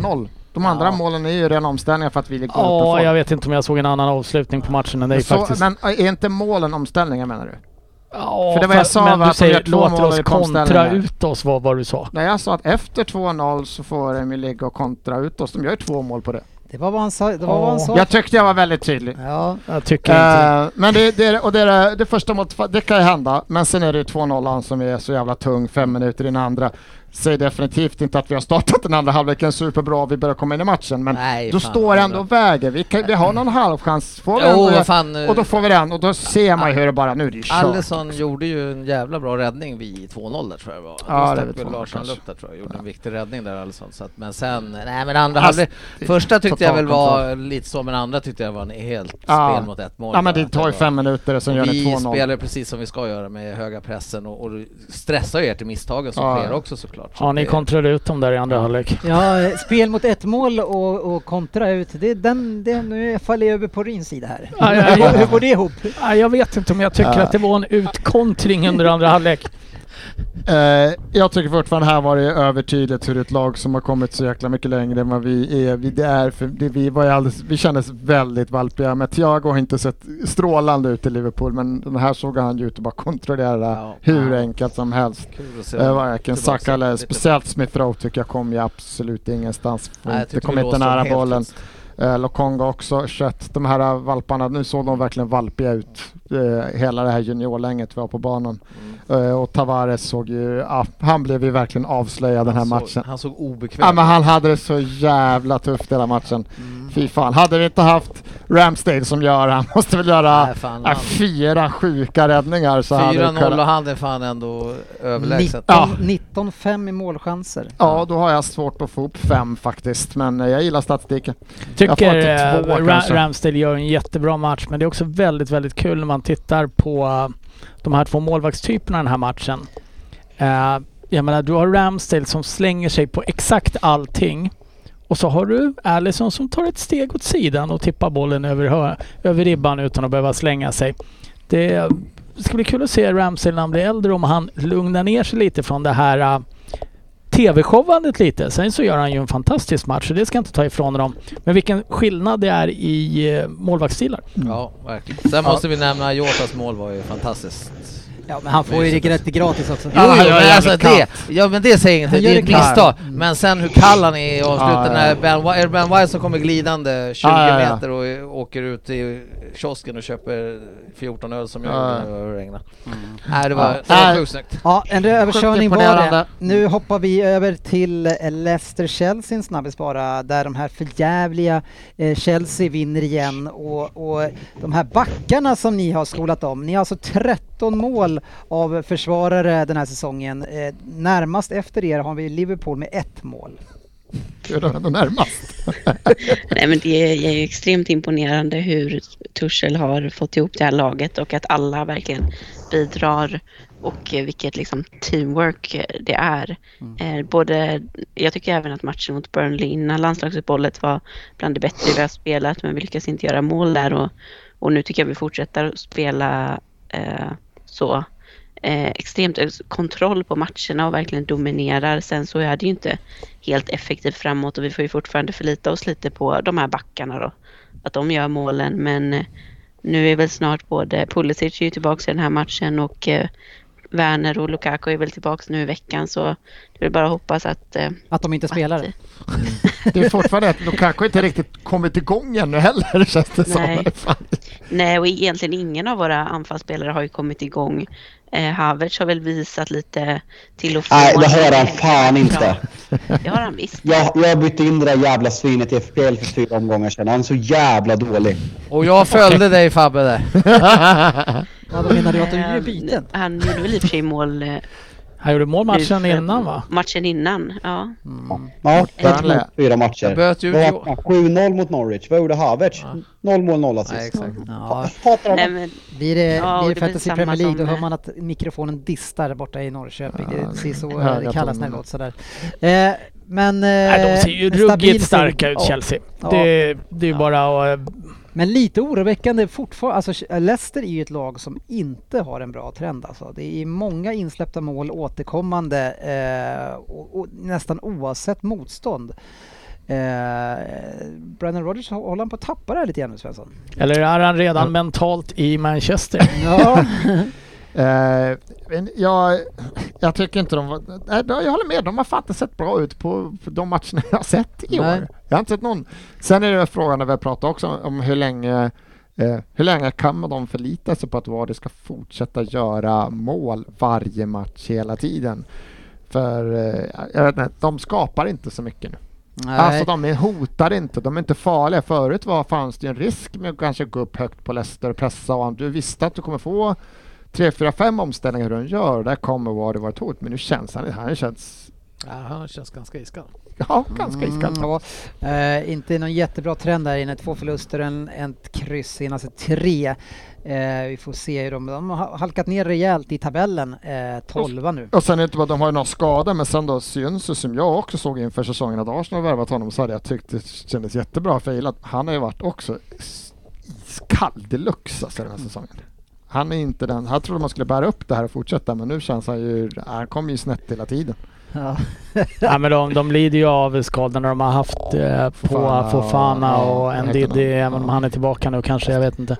De andra Ja. målen är ju redan omställningar för att vi ligger uppe Ja, folk. jag vet inte om jag såg en annan avslutning på matchen än dig Så, faktiskt. men är inte målen omställningar menar du? Ja, för det var jag sa men var du att de säger gör två låter mål oss i kontra omställningar. ut oss, vad var du sa? Nej, jag sa att efter två noll så får de ju ligga och kontra ut oss. De gör ju två mål på det. Det var vad han sa. Det var vad han sa. Jag tyckte jag var väldigt tydlig. Ja. Jag tycker inte Uh, men det, det, och det, är, det första målet, det kan ju hända. Men sen är det två noll som är så jävla tung fem minuter i den andra. Säger definitivt inte att vi har startat den andra halvleken superbra. Vi börjar komma in i matchen. Men Nej, då fan, står det ändå och väger. Vi, kan, vi har någon halvchans. Får vi Jo, ändå, vad fan, och då får vi den. Och då ser man ju hur det bara, nu är det ju kört. Allison gjorde ju en jävla bra räddning vid två noll där tror jag det var. Ja, Då det stack var väl två noll Larsson kanske. upp där tror jag. Gjorde Ja. en viktig räddning där Allison. Så att, men sen, nej men andra Alltså, halvlek. Första tyckte jag väl var total lite så, men andra tyckte jag var en helt Ja. spel mot ett mål. Ja, men det Bara. tar ju fem minuter och sen gör ni Vi två noll. spelar precis som vi ska göra med höga pressen och, och stressar ju er till misstagen som Ja. sker också såklart. Så Ja, ni det- kontrollerar ut dem där i andra halvlek. Ja, spel mot ett mål och, och kontra ut. Det, den, det, nu faller jag över på Ryns sida här. Ja, ja, ja. Hur går det ihop? Ja, jag vet inte om jag tycker Ja. att det var en utkontring under andra halvlek. Uh, jag tycker fortfarande här var det övertydligt hur ett lag som har kommit så jäkla mycket längre än vad vi är. Vi, det är för, det, vi, var ju alldeles, vi kändes väldigt valpiga. Men Thiago har inte sett strålande ut i Liverpool, men den här såg han ju ut och bara kontrollera Ja. hur enkelt som helst. Kul att se Det dem var verkligen tillbaka. Saka, eller Lite- speciellt Smith Rowe tycker jag kom ju absolut ingenstans. Nej, jag Det tyckte kom vi inte låste dem nära helt bollen. just. Eh, Lokonga också kött. De här valparna, nu såg de verkligen valpiga ut. Eh, hela det här juniorlänget var på banan. Mm. Eh, och Tavares såg ju, ah, han blev ju verkligen avslöjad den här Han såg- matchen. Han såg obekväm Ja, men ut. han hade det så jävla tufft hela matchen. Mm. Fy fan. Hade vi inte haft Ramsdale som gör, han måste väl göra Nej, fan, ah, han- fyra sjuka räddningar. Så hade fyra det noll kunnat- och han är fan ändå överlägset. Ja. nitton fem i målchanser. Ja, då har jag svårt att få upp fem faktiskt. Men eh, jag gillar statistiken. Tycker Jag får inte eh, två, Ra- kanske. Ramsdale gör en jättebra match, men det är också väldigt, väldigt kul när man tittar på uh, de här två målvaktstyperna i den här matchen. Uh, jag menar, du har Ramsdale som slänger sig på exakt allting. Och så har du Allison som tar ett steg åt sidan och tippar bollen över, hö- över ribban utan att behöva slänga sig. Det ska bli kul att se Ramsdale när han blir äldre, om han lugnar ner sig lite från det här uh, tv-showandet lite. Sen så gör han ju en fantastisk match, så det ska jag inte ta ifrån dem. Men vilken skillnad det är i uh, målvaktsstilar. Ja, verkligen. Sen måste vi nämna Jotas mål var ju fantastiskt. Ja, men han får ju det rätt gratis också. Ja, Jo, han jo, gör men jävligt alltså det, kallt. ja men det säger Han inte, gör det är ett det kallt. misstag. Mm. Men sen hur kall han är i avslutet Ja, ja. när Ben, Wi- är det Ben White som kommer glidande tjugo Ja, ja, ja. meter och åker ut i kiosken och köper fjorton öl som jag Ja, gjorde ja. när det regnade. Nej, det var, Ja. det var Nej. sjukt snyggt. Ja, en överkörning var det. imponerande. Nu hoppar vi över till Leicester-Chelsea, en snabbis bara, där de här förjävliga eh, Chelsea vinner igen. Och, och de här backarna som ni har skolat om, ni har alltså tretton mål av försvarare den här säsongen. Eh, närmast efter er har vi Liverpool med ett mål. Det är ändå närmast. Nej, men det är ju extremt imponerande hur Tuchel har fått ihop det här laget och att alla verkligen bidrar och eh, vilket liksom teamwork eh, det är. Eh, både, jag tycker även att matchen mot Burnley innan landslagsuppehållet var bland det bättre vi har spelat, men vi lyckas inte göra mål där och, och nu tycker jag vi fortsätter att spela eh, så eh, extremt kontroll på matcherna och verkligen dominerar. Sen så är det ju inte helt effektivt framåt och vi får ju fortfarande förlita oss lite på de här backarna då, att de gör målen, men eh, nu är väl snart både Pulisic är ju tillbaka i den här matchen och eh, Werner och Lukaku är väl tillbaka nu i veckan, så det vill bara hoppas att eh, Att de inte spelar. att, Det är fortfarande att Lukaku inte riktigt kommit igång ännu heller, känns det Nej. som. Fan. nej, och egentligen ingen av våra anfallsspelare har ju kommit igång. Eh, Havertz har väl visat lite till och från. Nej, det har han fan inte. Det har han visst. Jag, jag bytte in det där jävla svinet i F P L för fyra omgångar sedan. Han är så jävla dålig. Och jag följde dig Fabbe där. Ja, då menar du att du Eh, gör byten? Han gjorde väl i och för sig mål eh, Han gjorde mål matchen nu, eh, innan, va? Matchen innan, ja. Ja, ett Burnley. mål, fyra matcher. Jag böt ju Vad ut var- sju noll mot Norwich. Vad gjorde Havertz? Ja. Noll mål, noll Nej, assist. exakt. Ja. Hatar Nej, honom. men, Blir det, Ja, och blir det det blir Fantasy samma Premier League, då som- hör man att mikrofonen distar borta i Norrköping. Ja, Det ser så höga det kallas när det toner. låter sådär. Eh, men... Nej, de ser ju en stabil ruggigt seger. starka ut, Ja. Chelsea. Ja. Det, det är ju bara att... Men lite oroväckande fortfarande. Alltså Leicester är ju ett lag som inte har en bra trend. Alltså. Det är många insläppta mål återkommande eh, och, och nästan oavsett motstånd. Eh, Brendan Rodgers håller han på att tappa det här lite grann, Svensson? Eller är han redan ja. mentalt i Manchester? Ja. Uh, jag, jag tycker inte de var... Nej, jag håller med, de har fan inte sett bra ut på, på de matcherna jag har sett i Nej. år. Jag har inte sett någon. Sen är det frågan när vi pratar också om hur länge uh, hur länge kan de förlita sig på att Vardy ska fortsätta göra mål varje match hela tiden. För uh, jag vet inte, de skapar inte så mycket nu. Nej. Alltså de är hotar inte, de är inte farliga. Förut var fanns det en risk med att kanske gå upp högt på Leicester och pressa, och du visste att du kommer få tre, fyra, fem omställningar hur de gör, och där kommer Vardy vara ett hot, men nu känns han, han känns ja, han känns ganska iskall. Ja, ganska iskall. Mm, ja. uh, inte någon jättebra trend där inne, två förluster, en, en kryss, senaste tre. Uh, vi får se hur de, de har halkat ner rejält i tabellen, uh, tolva nu. Och sen är det inte bara de har någon skada, men sen då syns, som jag också såg inför säsongen att Arsenal har värvat honom, så hade jag tyckt det kändes jättebra för att han har ju varit också iskall deluxe alltså den här säsongen. Han är inte den, han trodde man skulle bära upp det här och fortsätta, men nu känns han ju, han kommer ju snett hela tiden. Ja. Ja, men de, de lider ju av skadorna de har haft eh, på Fofana, Fofana och, och N D D, även om han är tillbaka nu kanske, jag vet inte.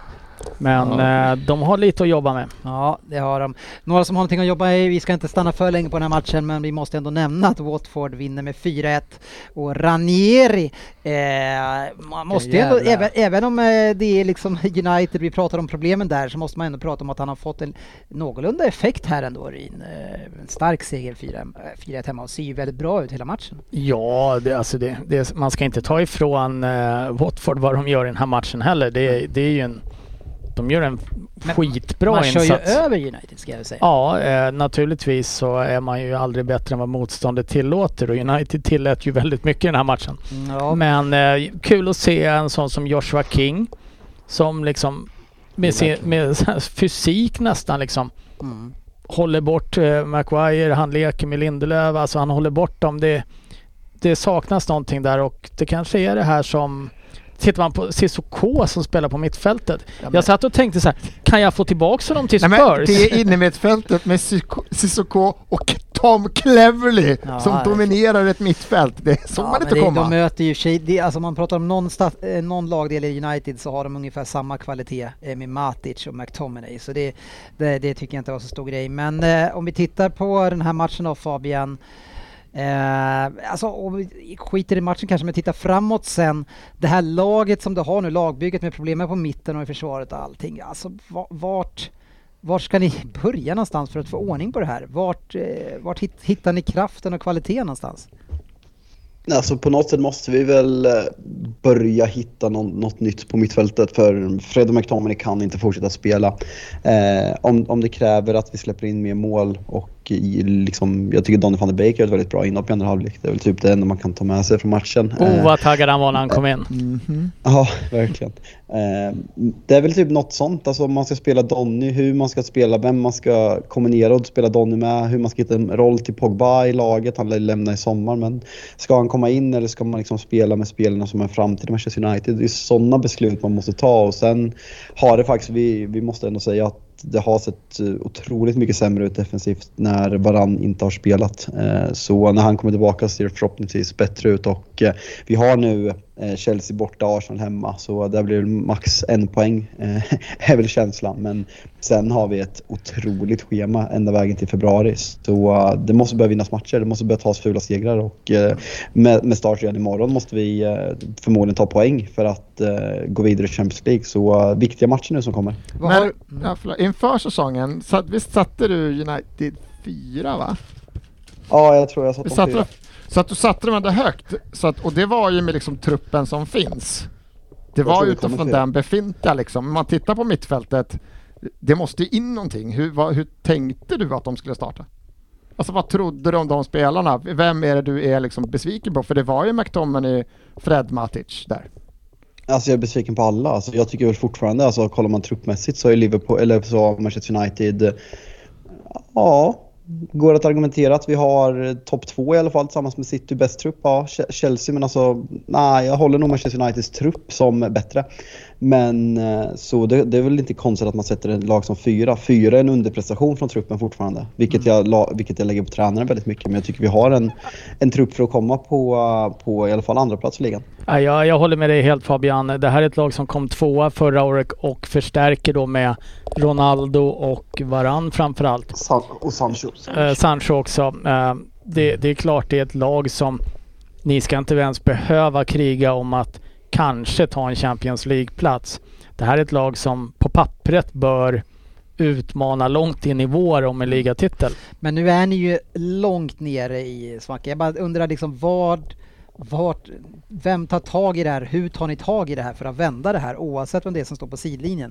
Men ja. eh, de har lite att jobba med. Ja, det har de. Några som har någonting att jobba i, vi ska inte stanna för länge på den här matchen, men vi måste ändå nämna att Watford vinner med fyra ett. Och Ranieri, eh, man måste ju ändå, även, även om eh, det är liksom United, vi pratar om problemen där, så måste man ändå prata om att han har fått en någorlunda effekt här ändå. En, en stark seger, fyra ett hemma, och ser ju väldigt bra ut hela matchen. Ja, det, alltså det, det, man ska inte ta ifrån eh, Watford vad de gör i den här matchen heller. Det, det är ju en De gör en men skitbra man insats. Man kör ju över United, ska jag säga. Ja, eh, naturligtvis så är man ju aldrig bättre än vad motståndet tillåter. Och United tillät ju väldigt mycket i den här matchen. Ja. Men eh, kul att se en sån som Joshua King. Som liksom med, sin, med fysik nästan liksom mm. håller bort eh, Maguire. Han leker med Lindelöf. Alltså han håller bort dem. Det, det saknas någonting där, och det kanske är det här som... Tittar man på Sissoko som spelar på mittfältet. Ja, jag satt och tänkte så här, kan jag få tillbaka honom till Spurs? Nej, det är inne mittfältet med Sissoko och Tom Cleverley ja, som dominerar ett mittfält. Det är så ja, man inte det, komma. De möter ju sig, det, alltså man pratar om någon, stat, någon lagdel i United, så har de ungefär samma kvalitet med Matic och McTominay. Så det, det, det tycker jag inte var så stor grej. Men eh, om vi tittar på den här matchen då, Fabian. Eh, alltså om vi skiter i matchen kanske, men titta framåt sen, det här laget som du har nu, lagbygget med problem på mitten och i försvaret och allting, alltså vart vart ska ni börja någonstans för att få ordning på det här? Vart, eh, vart hittar ni kraften och kvaliteten någonstans? Alltså på något sätt måste vi väl börja hitta någon, något nytt på mittfältet, för Fred och McTominay kan inte fortsätta spela. Eh, om, om det kräver att vi släpper in mer mål, och i, liksom, jag tycker Donny van de Beek gör ett väldigt bra inhopp i andra halvlek. Det är väl typ det enda man kan ta med sig från matchen. Oh, vad taggad han var när han kom in. Mm-hmm. Ja, verkligen. Eh, det är väl typ något sånt, alltså om man ska spela Donny, hur man ska spela, vem man ska kombinera och spela Donny med, hur man ska hitta en roll till Pogba i laget. Han lär lämna i sommar, men ska han komma in eller ska man liksom spela med spelarna som en framtid i Manchester United? Det är sådana beslut man måste ta, och sen har det faktiskt, vi, vi måste ändå säga att det har sett otroligt mycket sämre ut defensivt när Varane inte har spelat. Så när han kommer tillbaka ser det förhoppningsvis bättre ut, och vi har nu Chelsea borta, Arsenal hemma, så där blir det max en poäng är väl känslan, men sen har vi ett otroligt schema ända vägen till februari, så det måste börja vinnas matcher, det måste börja tas fula segrar, och med, med start redan imorgon måste vi förmodligen ta poäng för att gå vidare i Champions League, så viktiga matcher nu som kommer. Men, ja, förlåt, inför säsongen, så visst satte du United fyra, va? Ja, jag tror jag satte dem fyra. Så att du satte dem där högt, så att, och det var ju med liksom truppen som finns. Det var ju utifrån den befintliga liksom. Om man tittar på mittfältet, det måste ju in någonting. Hur, vad, hur tänkte du att de skulle starta? Alltså vad trodde du om de spelarna? Vem är det du är liksom besviken på? För det var ju McTominay, Fred, Matic där. Alltså jag är besviken på alla. Alltså jag tycker väl fortfarande, alltså kollar man truppmässigt så är Liverpool, eller så Manchester United, ja, går att argumentera att vi har topp två i alla fall tillsammans med City, bäst trupp. Ja, Chelsea, men alltså nej, jag håller nog Manchester Uniteds trupp som bättre. Men så det, det är väl inte konstigt att man sätter en lag som fyra. Fyra är en underprestation från truppen fortfarande. Vilket, mm. jag, vilket jag lägger på tränaren väldigt mycket. Men jag tycker vi har en, en trupp för att komma på, på i alla fall andra plats i ligan. Ja, jag, jag håller med dig helt Fabian. Det här är ett lag som kom tvåa förra året och förstärker då med Ronaldo och Varane framförallt. San, och Sancho. Eh, Sancho också. Eh, det, det är klart det är ett lag som ni ska inte ens behöva kriga om att kanske ta en Champions League-plats. Det här är ett lag som på pappret bör utmana långt i nivåer om en ligatitel. Men nu är ni ju långt nere i svackan. Jag bara undrar liksom vad, vart, vem tar tag i det här? Hur tar ni tag i det här för att vända det här oavsett om det är som står på sidlinjen?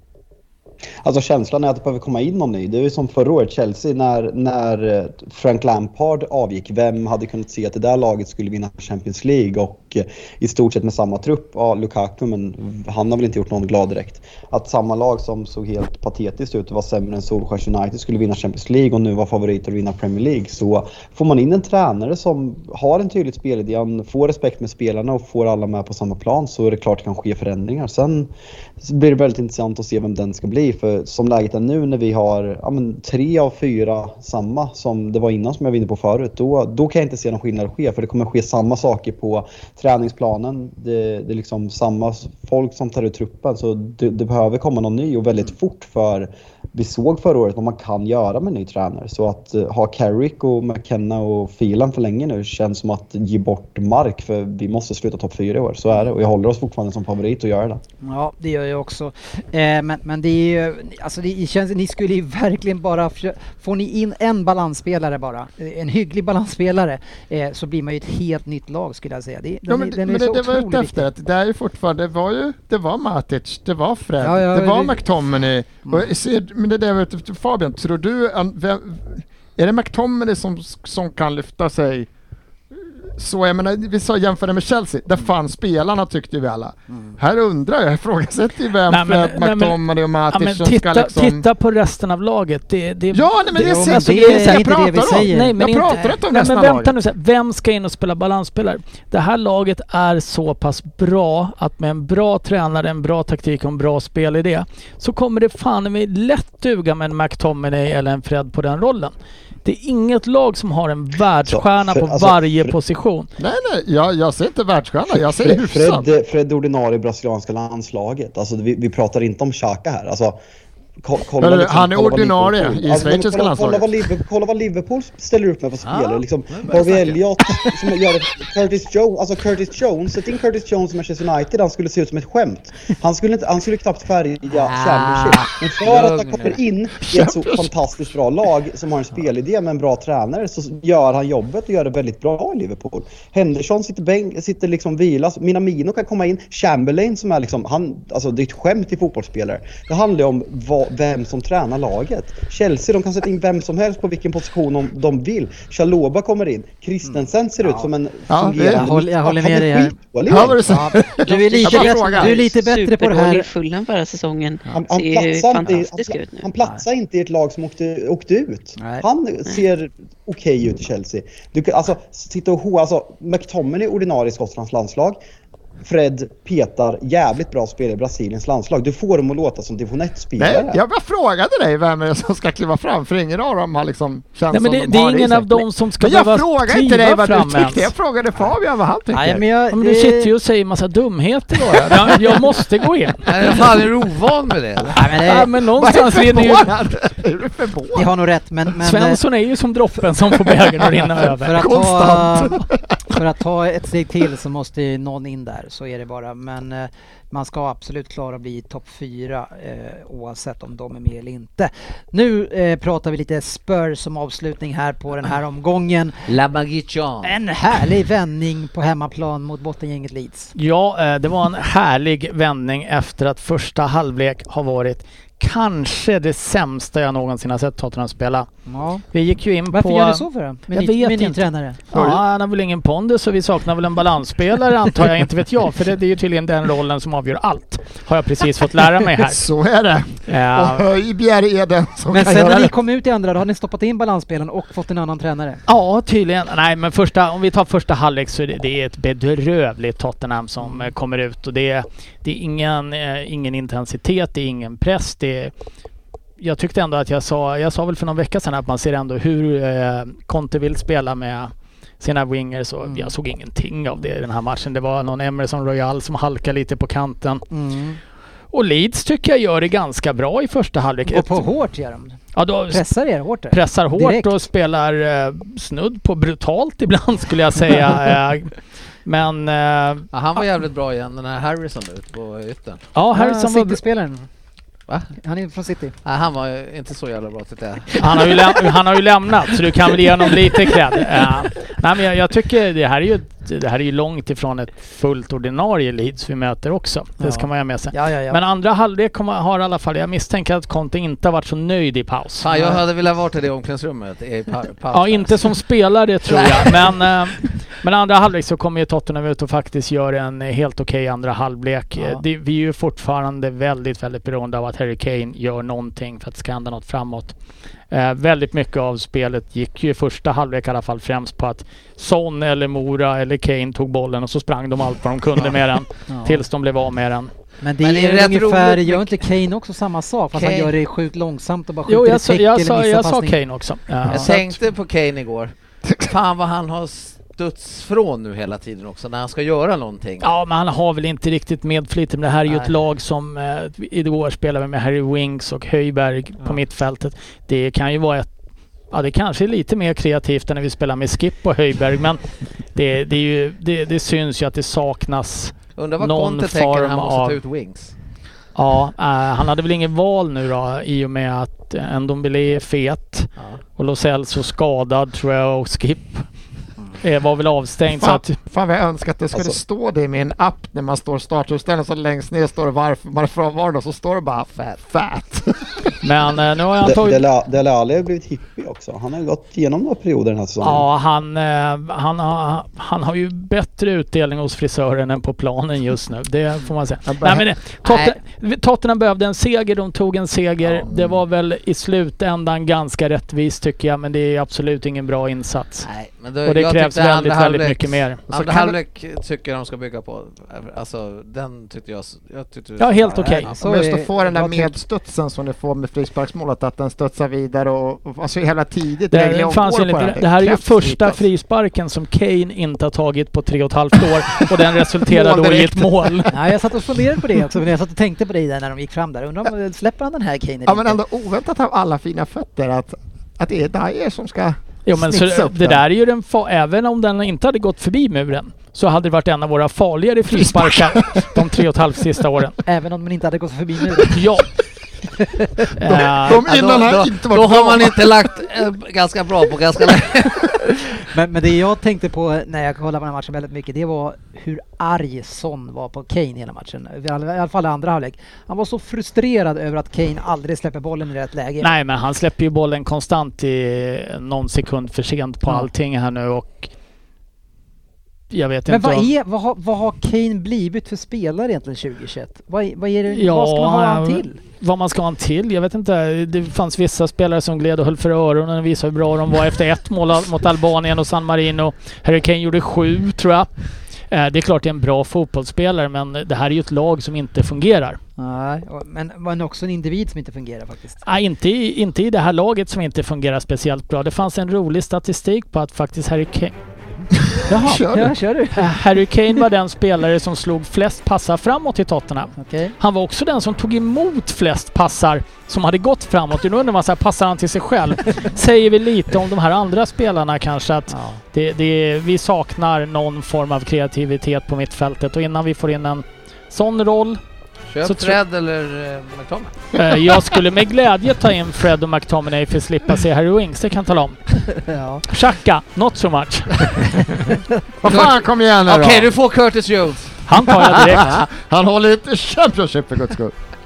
Alltså känslan är att det behöver komma in någon ny. Det är ju som förra året Chelsea när, när Frank Lampard avgick. Vem hade kunnat se att det där laget skulle vinna Champions League och i stort sett med samma trupp. Ja, Lukaku, men han har väl inte gjort någon glad direkt. Att samma lag som såg helt patetiskt ut och var sämre än Solskjaers United skulle vinna Champions League och nu var favoriter att vinna Premier League. Så får man in en tränare som har en tydlig spelidé, han får respekt med spelarna och får alla med på samma plan, så är det klart det kan ske förändringar. Sen blir det väldigt intressant att se vem den ska bli. För som läget är nu när vi har ja, men, tre av fyra samma som det var innan som jag var inne på förut, då, då kan jag inte se någon skillnad ske. För det kommer ske samma saker på träningsplanen. Det, det är liksom samma folk som tar ut truppen. Så det, det behöver komma någon ny och väldigt fort, för vi såg förra året vad man kan göra med en ny tränare. Så att uh, ha Carrick och McKenna och Phelan för länge nu känns som att ge bort mark, för vi måste sluta topp fyra i år. Så är det, och jag håller oss fortfarande som favorit att göra det. Ja, det gör jag också. Eh, men, men det är ju, alltså det känns, ni skulle ju verkligen bara, får ni in en balansspelare bara, en hygglig balansspelare, eh, så blir man ju ett helt nytt lag skulle jag säga. Det, ja, men den men är det, så det var ute efter viktig. att det är ju fortfarande, det var ju, det var Matic, det var Fred, ja, ja, det var det, McTominay. Mm. Och ser, men det där vet du, Fabian, tror du, vem, är det McTominay som, som kan lyfta sig? Så jag menar, vi sa jämföra med Chelsea, där fanns spelarna tyckte vi alla. Mm. Här undrar jag, jag ifrågasätter ju vem nej, men, Fred, McTominay och Matic ja, som titta, ska liksom... Titta på resten av laget. Det, det, ja, nej, men det, det, det, alltså, det, det, det, det, är inte det vi säger. Nej, men jag inte, pratar inte om nej, resten men av vänta laget. nu, vem ska in och spela balansspelare? Det här laget är så pass bra att med en bra tränare, en bra taktik och en bra spelidé så kommer det fan med lätt duga med en McTominay eller en Fred på den rollen. Det är inget lag som har en världsstjärna så, för, på alltså, varje Fred, position. Nej, nej, jag, jag ser inte världsstjärna, jag ser hyfsat. Fred, Fred ordinarie brasilianska landslaget. Alltså, vi, vi pratar inte om Xhaka här. Alltså, kolla, Eller, liksom, han är kolla ordinarie i alltså, schweiziska landslaget. Kolla vad, Liverpool, kolla vad Liverpool ställer upp med för spelare. Ah, liksom, Harvey Elliott som gör Curtis Jones, alltså Curtis Jones, sätt in Curtis Jones i Manchester United, han skulle se ut som ett skämt. Han skulle, inte, han skulle knappt färga Championship. Men för att han kommer in i ett så fantastiskt bra lag som har en spelidé med en bra tränare, så gör han jobbet och gör det väldigt bra i Liverpool. Henderson sitter, bänk, sitter liksom vilas. Minamino kan komma in. Chamberlain som är liksom, han, alltså det är ett skämt i fotbollsspelare. Det handlar om vad, vem som tränar laget. Chelsea, de kan sätta in vem som helst på vilken position de, de vill. Chaloba kommer in. Christensen ser ut ja. som en ja, fungerande... Jag håller, jag håller med dig här. Ja, ja, du, är lite bättre, du är lite bättre på det här. I fullen förra säsongen. Han, han, platsar inte, han, han platsar inte i ett lag som åkte, åkte ut. Nej. Han ser okej okay ut i Chelsea. Du, alltså, titta och, alltså, McTominay är ordinarie i Skottlands landslag. Fred petar jävligt bra spel i Brasiliens landslag. Du får dem att låta som division ett-spelare. Nej, jag bara frågade dig vem är det som ska kliva fram, för ingen av dem har liksom känns. Nej, men det, som det de är ingen av dem som ska men jag behöva frågar inte dig vad du tyckte. Ens. Jag frågade Fabian vad han tycker. Nej, men jag, men du sitter ju och säger massa dumheter bara. jag, jag måste gå in. Nej, fan är du ovan med det? Nej, men, det ja, men någonstans är det ju... Är du förvånad? Ni har nog rätt, men... men Svensson är ju som droppen som får bägaren att rinna över. För att, ta, för att ta ett steg till så måste någon in där, så är det bara. Men eh, man ska absolut klara att bli topp fyra eh, oavsett om de är med eller inte. Nu eh, pratar vi lite Spurs som avslutning här på den här omgången. La Magican. En härlig vändning på hemmaplan mot bottengänget Leeds. Ja, eh, det var en härlig vändning efter att första halvlek har varit kanske det sämsta jag någonsin har sett Tottenham spela. Ja. Vi gick ju in Varför på... gör du så för det? Med jag ny, vet med ny inte. tränare? Ja, han har väl ingen pondus, så vi saknar väl en balansspelare antar jag, inte vet jag. För det, det är ju tydligen den rollen som avgör allt. Har jag precis fått lära mig här. Så är det. Ja. Och Höjbjerg är den som Men kan sen göra när ni det. kom ut i andra, då har ni stoppat in balansspelen och fått en annan tränare. Ja, tydligen. Nej, men första, om vi tar första halvlek så är det, det är ett bedrövligt Tottenham som eh, kommer ut. Och det är, det är ingen, eh, ingen intensitet, det är ingen press. Det är, jag tyckte ändå att jag sa, jag sa väl för någon vecka sedan att man ser ändå hur eh, Conte vill spela med sina wingers och mm. jag såg ingenting av det i den här matchen. Det var någon Emerson Royal som halkar lite på kanten. Mm. Och Leeds tycker jag gör det ganska bra i första halvlek. Och på hårt gör de. Ja, då Pressar er hårt där. Pressar hårt Direkt. och spelar eh, snudd på brutalt ibland skulle jag säga. eh, men... Eh, Ja, han var jävligt bra igen, den här Harrison ut på yttern. ja, Harrison var... City-spelaren. Va? Han är från City. Nej, han var inte så jävla bra tyckte jag. Han har, ju läm- han har ju lämnat, så du kan väl ge honom lite cred. Uh, nej, men jag, jag tycker det här är ju det här är ju långt ifrån ett fullt ordinarie Leeds vi möter också. Det Ja. ska man ju ha med sig. Ja, ja, ja. Men andra halvlek kommer, har i alla fall, jag misstänker att Conte inte har varit så nöjd i paus. Fan, jag hade velat vara till det omklädningsrummet i pa- paus. Ja, inte som spelare tror jag. Men, eh, men andra halvlek så kommer ju Tottenham ut och faktiskt gör en helt okej andra halvlek. Ja. Det, vi är ju fortfarande väldigt, väldigt beroende av att Harry Kane gör någonting för att det ska hända något framåt. Eh, väldigt mycket av spelet gick ju i första halvlek i alla fall främst på att Son eller Mora eller Kane tog bollen och så sprang de allt vad de kunde med den Ja. tills de blev av med den. Men det Men det är är, rätt ungefär, roligt. gör inte Kane också samma sak? Fast Kane- han gör det sjukt långsamt och bara skjuter Jo, jag, ett sa, täck jag, eller sa, missar jag sa passning. Kane också. Ja. Jag Så att- tänkte på Kane igår. Fan vad han har studs från nu hela tiden också när han ska göra någonting. Ja, men han har väl inte riktigt medflit. Men det här är ju Nej. ett lag som eh, igår spelade med Harry Winks och Höjberg på Ja. mittfältet. Det kan ju vara ett Ja, det kanske är lite mer kreativt än när vi spelar med Skip och Höjberg, men det, det, är ju, det, det syns ju att det saknas. Undrar vad någon Conte tänker när han form måste av- ta ut Wings. Ja, uh, han hade väl ingen val nu då i och med att uh, Ndombele är fet Ja. och Lo Celso skadad tror jag och Skip eh, var väl avstängd. Så Fan, att, fan vad jag önskar att det skulle Alltså- stå det med en app när man står startuppställningen, så längst ner står det varför man är frånvarande och så står det bara fat. fat. men uh, nu har han De- tagit... Dele Dele Alli har blivit hippie också. Han har ju gått igenom några perioder den här säsongen. Ja, han, eh, han, har, han har ju bättre utdelning hos frisören än på planen just nu. Det får man säga. Jag bara- Nej, men det, Totten, Tottenham behövde en seger, de tog en seger. Ja. Det var väl i slutändan ganska rättvist tycker jag, men det är absolut ingen bra insats. Nej, men då, Och det jag krävs tyckte väldigt, andra väldigt halvlek- mycket mer. Så Andra kan- halvlek tycker jag de ska bygga på. Alltså den tyckte jag... jag tyckte, Ja, helt okej. Så Om just är- att få den där jag tycker- medstudsen som ni får med frisparksmålet, att den studsar vidare och, och alltså hela tidigt reglar Det, och fanns går ju på lite, den. det här är ju krävs första lite. frisparken som Kane inte har tagit på tre och ett halvt år och den resulterade Mål då i direkt. ett mål. Ja, jag satt och funderade på det också, men jag satt och tänkte på det där när de gick fram där. Undrar om släpper han den här Kane eller Ja, men inte? ändå oväntat av alla fina fötter att, att det är Dyer som ska Jo, men så, snitsa upp det den. där är ju den fa- även om den inte hade gått förbi muren så hade det varit en av våra farligare frisparkar de tre och ett halvt sista åren. Även om den inte hade gått förbi muren. Ja. Eh, De Ja, innan då, har då, inte då varit har bra. man inte lagt eh, ganska bra på ganska länge. Men, men det jag tänkte på när jag kollade på den här matchen väldigt mycket, det var hur arg Son var på Kane hela matchen. I alla, i alla fall i andra halvlek. Han var så frustrerad över att Kane aldrig släpper bollen i rätt läge. Nej, men han släpper ju bollen konstant i någon sekund för sent på Ja. allting här nu och jag vet Men inte vad, om- är, vad, har, vad har Kane blivit för spelare egentligen tjugohundratjugoett? Vad, är- vad, är det, Ja, vad ska man ha han han- till? vad man ska ha en till. Jag vet inte. Det fanns vissa spelare som gled och höll för öronen och visade hur bra de var efter ett mål mot Albanien och San Marino. Harry Kane gjorde sju tror jag. Eh, Det är klart det är en bra fotbollsspelare, men det här är ju ett lag som inte fungerar. Nej, och- men, men också en individ som inte fungerar faktiskt. Nej, inte i, inte i det här laget som inte fungerar speciellt bra. Det fanns en rolig statistik på att faktiskt Harry Kane... Jaha, Kör du? Ja, kör du. Eh, Harry Kane var den spelare som slog flest passar framåt i Tottenham. Okej. Han var också den som tog emot flest passar som hade gått framåt. Nu undrar man så här, passar han till sig själv? Säger vi lite om de här andra spelarna kanske att Ja. det, det, vi saknar någon form av kreativitet på mittfältet och innan vi får in en sån roll Köp Så tro- Fred eller eh, McTominay. eh, jag skulle med glädje ta in Fred och McTominay för att slippa se Harry Winks, det kan jag tala om. Ja. Xhaka, not so much. Vad fan, kom igen nu Okej, då. du får Curtis Jones. Han tar jag direkt. Han håller inte Championship för guds skull.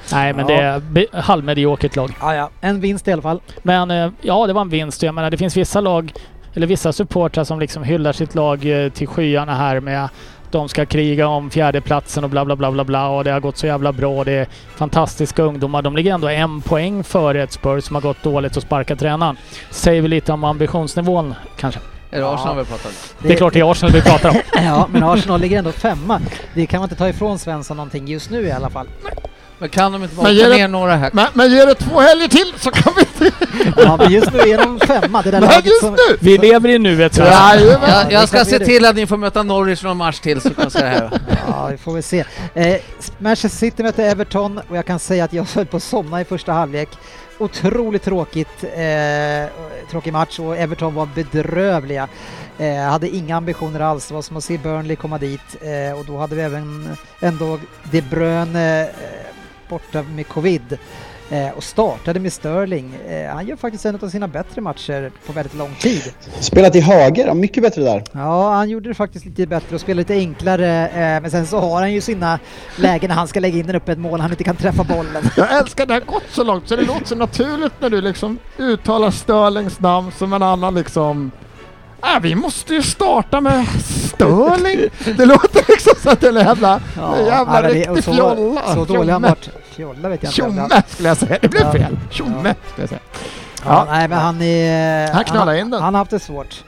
Nej, men Ja. det är be- halvmediokert lag. Ja, ja. En vinst i alla fall. Men eh, ja, det var en vinst. Jag menar, det finns vissa lag, eller vissa supportrar som liksom hyllar sitt lag eh, till skyarna här med de ska kriga om fjärdeplatsen och bla bla bla bla bla och det har gått så jävla bra. Det är fantastiska ungdomar. De ligger ändå en poäng före ett Spurs som har gått dåligt och sparkat tränaren. Säger vi lite om ambitionsnivån kanske. Är det Arsenal vi pratar om? Det är klart det är Arsenal vi pratar om. Ja, men Arsenal ligger ändå femma. Det kan man inte ta ifrån Svensson någonting just nu i alla fall. Men kan de inte Men vara ger ner det- några här? Men, men ger det två helger till så kan vi inte... Ja, men just nu är de femma. Det där Men laget just som... nu! Vi lever i nuet. Så Ja, Jag, det jag ska kan se bli till att ni får möta Norwich någon match till så kan jag säga det här. Ja, vi får väl se. Eh, Manchester City möter Everton och jag kan säga att jag höll på att somna i första halvlek. Otroligt tråkigt, eh, tråkig match och Everton var bedrövliga. Eh, hade inga ambitioner alls. Det var som att se Burnley komma dit eh, och då hade vi även ändå De Bruyne eh, borta med covid. Eh, och startade med Sterling. Eh, han gör faktiskt en av sina bättre matcher på väldigt lång tid. Spelat i höger, mycket bättre där. Ja, han gjorde det faktiskt lite bättre och spelade lite enklare. Eh, men sen så har han ju sina lägen när han ska lägga in den upp ett mål han inte kan träffa bollen. Jag älskar det här gått så långt så det låter så naturligt när du liksom uttalar Sterlings namn som en annan liksom... Äh, vi måste ju starta med Sterling. Det låter liksom så att det är en jävla, Ja, jävla det- riktig och så, fjolla. så dålig han varit. Fjolla vet jag inte. Tjomme skulle jag säga. Det blev Ja. fel. Tjomme skulle jag säga. Ja, nej, men han är... Han knallar in den. Han har haft det svårt.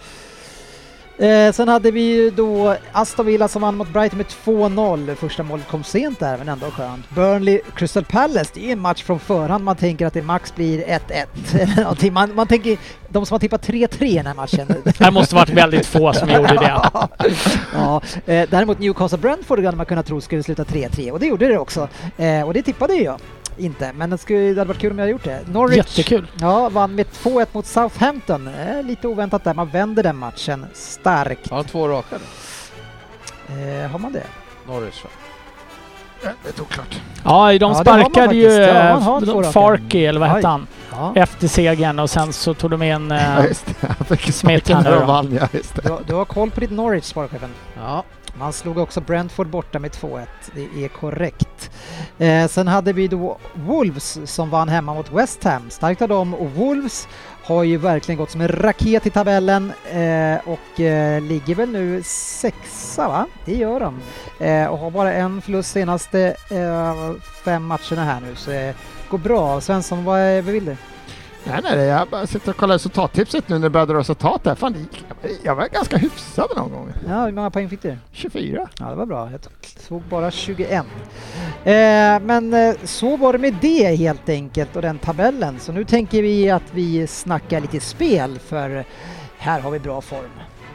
Eh, sen hade vi ju då Aston Villa som vann mot Brighton med två noll. Första målet kom sent där, men ändå skönt. Burnley, Crystal Palace, det är en match från förhand. Man tänker att det max blir ett ett. man, man tänker, de som har tippat tre tre i den här matchen. Det måste varit väldigt få som gjorde det. Ja, eh, däremot Newcastle Brentford hade man kunnat tro skulle sluta tre tre och det gjorde det också. Eh, och det tippade ju jag inte, men det, skulle, det hade varit kul om jag hade gjort det. Norwich Jättekul. ja, vann med två ett mot Southampton. Eh, lite oväntat där, man vänder den matchen starkt. Har de två raka då? Eh, har man det? Norwich va? Det tog klart. Ja, de Ja, det har man sparkade ju faktiskt. Ja, man har eh, två raka. Farky, eller vad Oj. hette han? Ja. Efter segern och sen så tog de in... Eh, Ja, just det. Han fick Smith sparken här nu och då. vann, ja, just det. Du, har- du har koll på ditt Norwich, sparchefen. Ja. Man slog också Brentford borta med två ett. Det är korrekt. Eh, sen hade vi då Wolves som vann hemma mot West Ham. Starkt av dem, och Wolves har ju verkligen gått som en raket i tabellen eh, och eh, ligger väl nu sexa, va? Det gör de. Eh, och har bara en förlust senaste eh, fem matcherna här nu, så det går bra. Svensson, vad, är, vad vill du? Nej, nej, jag bara sitter och kollar resultattipset nu när det började resultat där. Fan, det gick, jag var ganska hyfsad någon gång. Ja, hur många poäng fick du? tjugofyra. Ja, det var bra. Jag tog bara tjugoett. Eh, men eh, så var det med det helt enkelt och den tabellen. Så nu tänker vi att vi snackar lite spel, för här har vi bra form.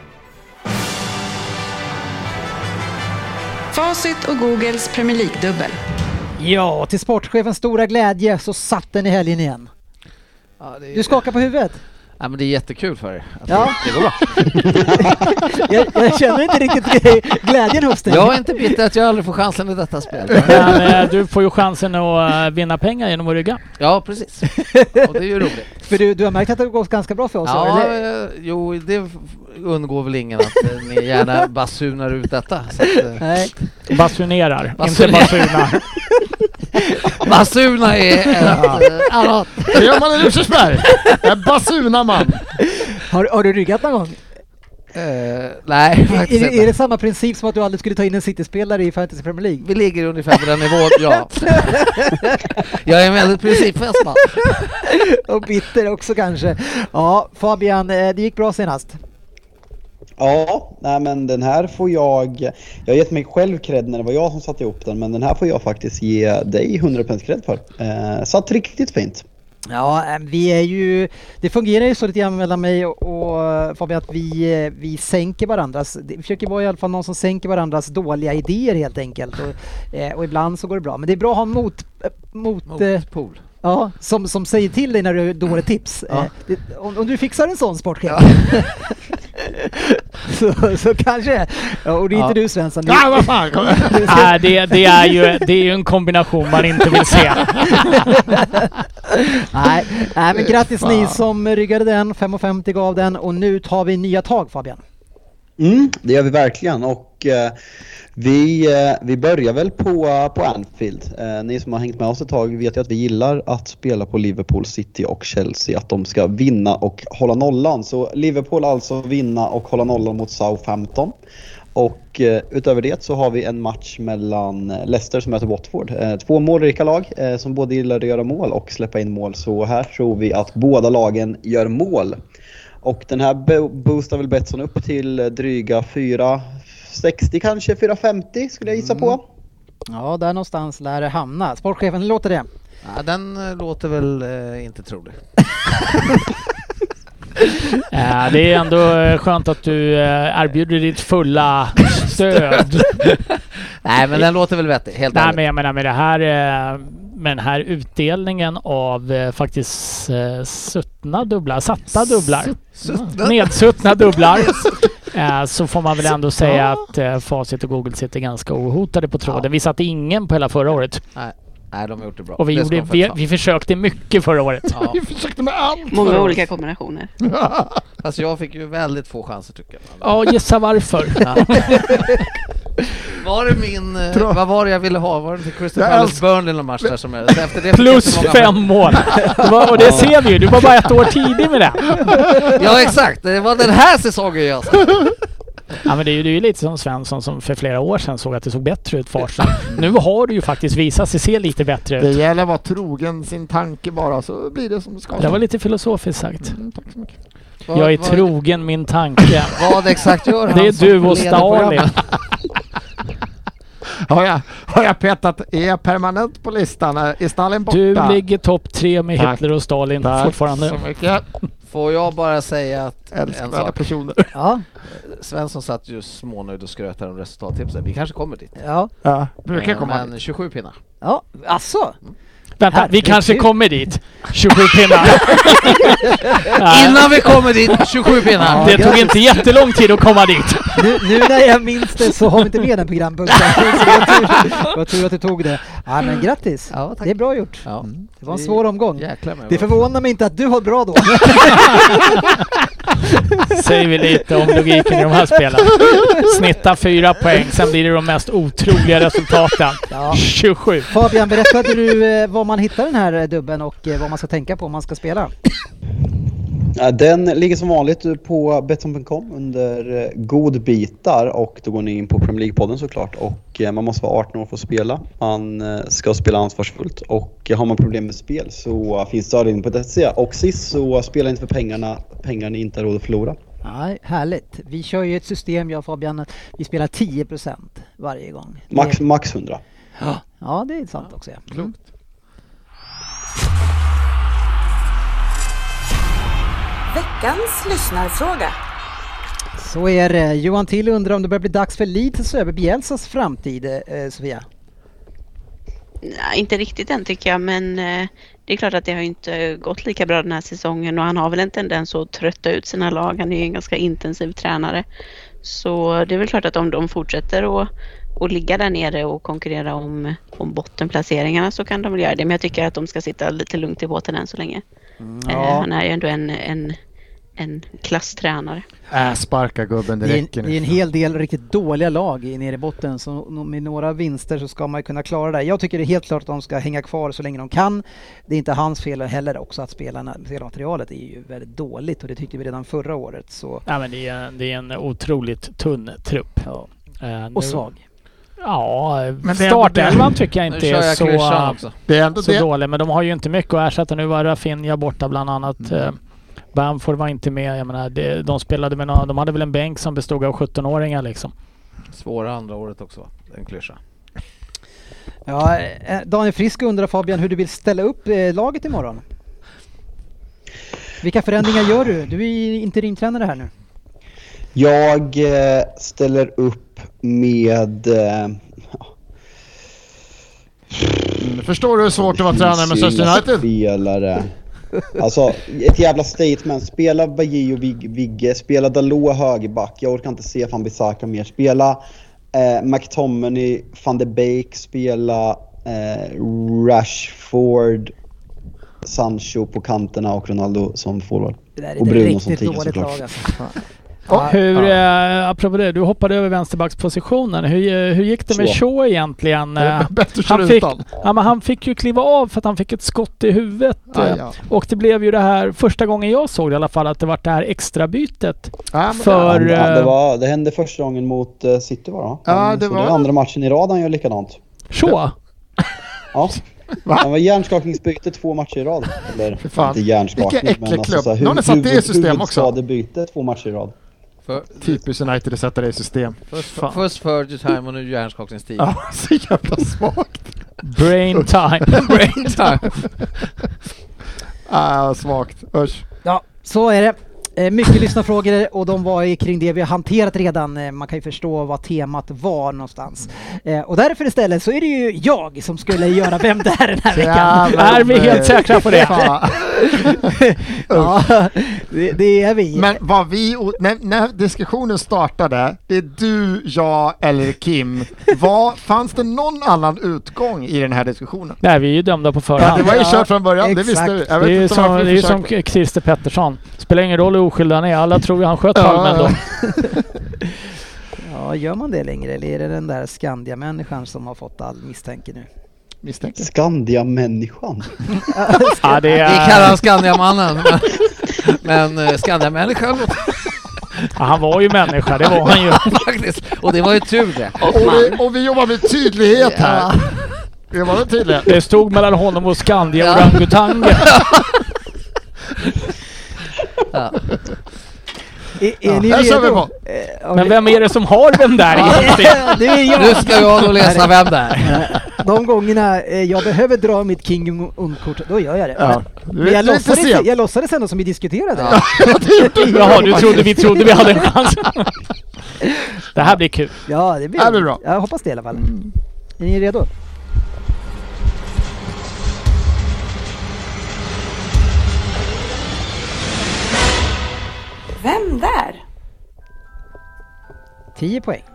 Facit och Googles Premier League-dubbel. Ja, till sportchefens stora glädje så satt den i helgen igen. Ja, det är, Du skakar på huvudet. ja, men det är jättekul för er. Att Ja. det, det går bra. jag, jag känner inte riktigt glädjen hos dig. Jag är inte bitter att jag aldrig får chansen i detta spel. men eh, du får ju chansen att eh, vinna pengar genom att rygga. Ja, precis. Och det är ju roligt. För du, du har märkt att det går ganska bra för oss. Ja, eller? eh, jo, det f- undgår väl ingen att eh, ni gärna basunar ut detta. Så att, eh, Nej. Basunerar, inte Basunerar. basuna. basuna är ett eh, annat. Det gör man i Rosersberg. En basunaman. Har, har du ryggat någon gång? Eh, nej, Är, faktiskt är, det- är inte. det samma princip som att du aldrig skulle ta in en City-spelare i Fantasy Premier League? Vi ligger ungefär på den nivån, ja. Jag är en väldigt principfast man. Och bitter också kanske. Ja, Fabian, eh, det gick bra senast. Ja, nej men den här får jag... Jag har gett mig själv cred när det var jag som satte ihop den, men den här får jag faktiskt ge dig hundra procent cred för. Eh, satt riktigt fint. Ja, eh, vi är ju... Det fungerar ju så lite grann mellan mig och, och Fabian att vi, eh, vi sänker varandras... Vi försöker vara i alla fall någon som sänker varandras dåliga idéer helt enkelt. Och, eh, och ibland så går det bra. Men det är bra att ha mot... eh, mot eh, Motpol. ja, som, som säger till dig när du har dåligt tips. Ja. Eh, det, om, om du fixar en sån sportchef. så, så kanske... Ja, och det är inte Ja. du, Svensson. Ja, vad fan. Kom igen. Nej, det, det, är ju, det är ju en kombination man inte vill se. nej, nej, men grattis Fan. ni som ryggade den. fem femtio gav den och nu tar vi nya tag, Fabian. Mm, det gör vi verkligen, och och eh, vi, eh, vi börjar väl på, på Anfield. Eh, ni som har hängt med oss ett tag vet ju att vi gillar att spela på Liverpool, City och Chelsea, att de ska vinna och hålla nollan. Så Liverpool alltså vinna och hålla nollan mot Southampton. Och eh, utöver det så har vi en match mellan Leicester som möter Watford. Eh, två målrika lag eh, som både gillar att göra mål och släppa in mål. Så här tror vi att båda lagen gör mål. Och den här bo- boostar väl Betsson upp till dryga fyra sextio kanske, fyra femtio skulle jag gissa på. Ja, där någonstans lär det hamna. Sportchefen, hur låter det? Ja, den eh, låter väl eh, inte trolig. Ja, det är ändå skönt att du eh, erbjuder ditt fulla stöd. Nej, men den låter väl vettig, helt Nej, ärligt. men jag menar med det här eh, med den här utdelningen av eh, faktiskt eh, suttna dubblar, satta dubblar, Suttna? nedsuttna dubblar, eh, så får man väl ändå säga att eh, Facit och Google sitter ganska ohotade på tråden. Ja. Vi satte ingen på hela förra året. Nej, nej, de har gjort det bra. Och vi, Det ska gjorde, de vi, faktiskt vi försökte mycket förra året. ha. Ja. Vi försökte med allt. Många för oss. olika kombinationer. Fast jag fick ju väldigt få chanser tycker jag. Ja, gissa varför. Ja. Var det min... eh, Tror- vad var det jag ville ha? Var det till Crystal Jag Palace älsk- Burnley någon match där som är... Efter det fick Plus jag inte många fem mål. Det var, och det ser vi ju. Du var bara ett år tidig med det. Ja, exakt. Det var den här säsongen jag sa. Ja, men det är ju, det är ju lite som Svensson som för flera år sedan såg att det såg bättre ut Farsen. Nu har du ju faktiskt visat sig se lite bättre Det ut. gäller att vara trogen sin tanke bara, så blir det som det ska. Det var lite filosofiskt sagt. Mm, tack så mycket. Vad- Jag är vad- trogen min tanke. Vad exakt gör han Det är som du och leder Stalin. programmet? Har jag, har jag petat er permanent på listan? Är Stalin borta? Du ligger topp tre med Tack. Hitler och Stalin Tack fortfarande. så mycket. Får jag bara säga att en Älskvärda sak. personer. Ja, Svensson satt ju smånöjd och skröt här om resultattipset. Vi kanske kommer dit. ja, Ja, brukar komma. Men tjugosju pinnar. ja. Alltså. Vänta, vi Herregud. kanske kommer dit. tjugosju pinnar. Nej, Innan vi kommer dit, tjugosju pinnar! det tog inte jättelång tid att komma dit. Nu, nu när jag minns det så har vi inte med den programpunkten. Så det var tur, det var tur att du tog det. Ja, men grattis. Ja, tack. Det är bra gjort. Ja. Det var en svår omgång. Jäklar mig. Det förvånar mig inte att du har bra då. Säger vi lite om logiken i de här spelen. Snitta fyra poäng, sen blir det de mest otroliga resultaten. Ja. tjugosju. Fabian, berättade du eh, var man hittar den här eh, dubben och eh, vad man ska tänka på om man ska spela? Ja, den ligger som vanligt på Betsson punkt com under eh, godbitar, och då går ni in på Premier League-podden såklart, och eh, man måste vara arton år för att spela. Man eh, ska spela ansvarsfullt, och eh, har man problem med spel så uh, finns stöd på det sättet. Och sist så uh, spela inte för pengarna, pengar ni inte har råd att förlora. Nej, härligt. Vi kör ju ett system, jag och Fabian, vi spelar tio procent varje gång. Det- Max, max hundra. Ja, det är sant också. Ja. Klokt. Veckans lyssnarfråga. Så är det. Johan Till undrar om det börjar bli dags för Leeds att se över Bielsas framtid, eh, Sofia? Nej, inte riktigt än tycker jag, men eh, det är klart att det har ju inte gått lika bra den här säsongen och han har väl en tendens att trötta ut sina lag. Han är ju en ganska intensiv tränare. Så det är väl klart att om de fortsätter att, att ligga där nere och konkurrera om, om bottenplaceringarna så kan de väl göra det. Men jag tycker att de ska sitta lite lugnt i båten än så länge. Eh, Ja. han är ju ändå en, en, en klasstränare. Äh, sparka gubben, det Det är, en, räcker det är en nu. hel del riktigt dåliga lag i- nere i botten, så med några vinster så ska man ju kunna klara det. Jag tycker det är helt klart att de ska hänga kvar så länge de kan. Det är inte hans fel heller också att spelarna, spelmaterialet är ju väldigt dåligt, och det tyckte vi redan förra året. Så, Ja, men det är, det är en otroligt tunn trupp. ja. Eh, nu- Och svag. Ja, Men det är startelvan tycker jag Nu inte kör är jag så, klyschan också. Det är ändå så det. dålig. Men de har ju inte mycket att ersätta. Nu var Rafinha borta bland annat. Mm. Bamford var inte med. Jag menar, det, de spelade med någon, de hade väl en bänk som bestod av sjutton-åringar liksom. Svåra andra året också, va? En klyscha. Ja, eh, Daniel Frisk undrar, Fabian, hur du vill ställa upp eh, laget imorgon. Vilka förändringar gör du? Du är ju interimtränare här nu. Jag eh, ställer upp med... Eh, Mm, Förstår du hur svårt det var att träna med Manchester United? Spelare. Alltså, ett jävla statement. Spela Bajy och Vig- Vigge. Spela Dalot högerback. Jag orkar inte se Van Bissaka mer. Spela eh, McTominay, Van de Beek. Spela eh, Rashford, Sancho på kanterna och Ronaldo som forward. Det där är Och ett Bruno som riktigt tia, dåligt såklart. lag alltså. Oh, hur, ja. eh, apropå det, du hoppade över vänsterbackspositionen. Hur, hur gick det med Shaw egentligen? Han fick, ja, men han fick ju kliva av för att han fick ett skott i huvudet. Ah, ja. Och det blev ju det här, första gången jag såg det i alla fall, att det var det här extra bytet. Ah, för, det, ja, det, var, det hände första gången mot uh, City var det? Ja, det så var... det är andra matchen i rad han gör likadant. Shaw? Ja. Va? Han var hjärnskakningsbyte två matcher i rad. Eller inte hjärnskakning, men alltså så här, huvud, satt det i system också. Huvudskadebyte två matcher i rad. För, Typiskt United att sätta det i system. Först, först Fergie time och nu hjärnskakningstid. Ja, så jävla svagt. Brain time. Brain time. Ah, svagt. Usch. Ja, så är det. Mycket lyssnarfrågor och de var ju kring det vi har hanterat redan. Man kan ju förstå vad temat var någonstans. Och därför istället så är det ju jag som skulle göra Vem det är den här veckan. Ja, är vi helt säkra på det? Ja, det, det är vi. Men vad vi, när, när diskussionen startade, det är du, jag eller Kim. Vad, fanns det någon annan utgång i den här diskussionen? Nej, vi är ju dömda på förhand. Ja, det var ju kört från början, ja, det visste vi. Jag vet det är ju inte som, det är som försökte. Christer Pettersson. Spelar ingen roll hur oskyldig han är. Alla tror ju han sköt Palmen då. Ja, gör man det längre? Eller är det den där Skandia-människan som har fått all misstänke nu? Misstänker. Skandia-människan? Ja, det är... Vi kallar han Skandia-mannen. Men, men Skandia-människan... Ja, han var ju människa, det var han ju. Faktiskt. Och det var ju tur det. Och vi, och vi jobbar med tydlighet här. Ja. Vi jobbar med tydlighet. Det stod mellan honom och Skandia ja. Orangutangen. Ja. Är, är ja, ni redo? Eh, Men vem är det som har den där egentligen? Det är jag. Nu ska jag då läsa vem där. De gångerna eh, jag behöver dra mitt King Jong-Un-kort, då gör jag det. Ja. Men jag låtsades, jag låtsades ändå som vi diskuterade. Ja. Jaha, du trodde vi trodde vi hade en chans. Det här blir kul. Ja, det blir, det blir bra. Jag hoppas det i alla fall. Mm. Är ni redo? Vem där? tio poäng.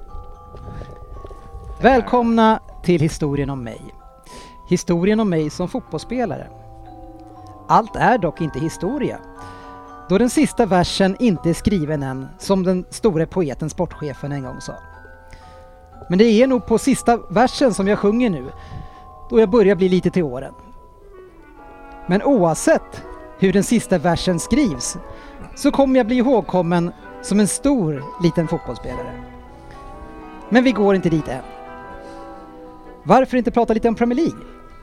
Välkomna till historien om mig. Historien om mig som fotbollsspelare. Allt är dock inte historia. Då den sista versen inte är skriven än, som den store poeten sportchefen en gång sa. Men det är nog på sista versen som jag sjunger nu, då jag börjar bli lite till åren. Men oavsett hur den sista versen skrivs, så kommer jag bli ihågkommen som en stor liten fotbollsspelare. Men vi går inte dit än. Varför inte prata lite om Premier League?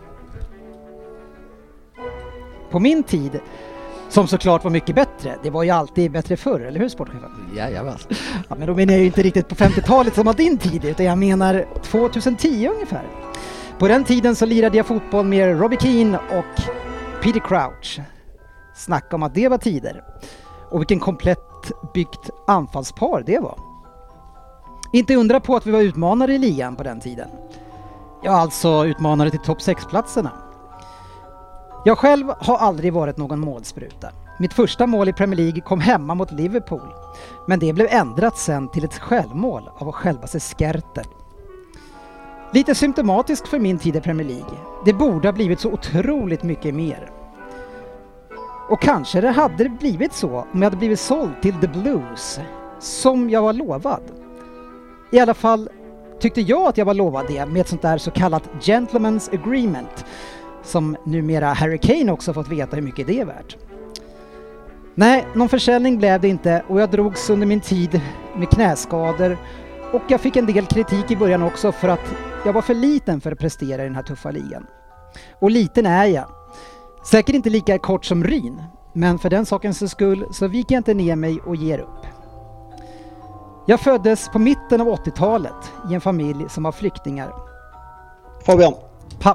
På min tid, som såklart var mycket bättre, det var ju alltid bättre förr, eller hur sportchefen? Jajamän. Ja, men då menar jag ju inte riktigt på femtiotalet som var din tid, utan jag menar tjugohundratio ungefär. På den tiden så lirade jag fotboll med Robbie Keane och Peter Crouch. Snacka om att det var tider. Och vilken komplett byggt anfallspar det var. Inte undra på att vi var utmanare i ligan på den tiden. Ja, alltså utmanare till topp sex-platserna. Jag själv har aldrig varit någon målspruta. Mitt första mål i Premier League kom hemma mot Liverpool. Men det blev ändrat sen till ett självmål av självaste Skertel. Lite symptomatiskt för min tid i Premier League. Det borde ha blivit så otroligt mycket mer. Och kanske det hade blivit så om jag hade blivit såld till The Blues, som jag var lovad. I alla fall tyckte jag att jag var lovad det med ett sånt där så kallat Gentleman's Agreement, som numera Harry Kane också fått veta hur mycket det är värt. Nej, någon försäljning blev det inte och jag drogs under min tid med knäskador och jag fick en del kritik i början också för att jag var för liten för att prestera i den här tuffa ligan. Och liten är jag. Säkert inte lika kort som Ryn, men för den sakens skull så viker jag inte ner mig och ger upp. Jag föddes på mitten av åttiotalet i en familj som var flyktingar. Fabian. Pa-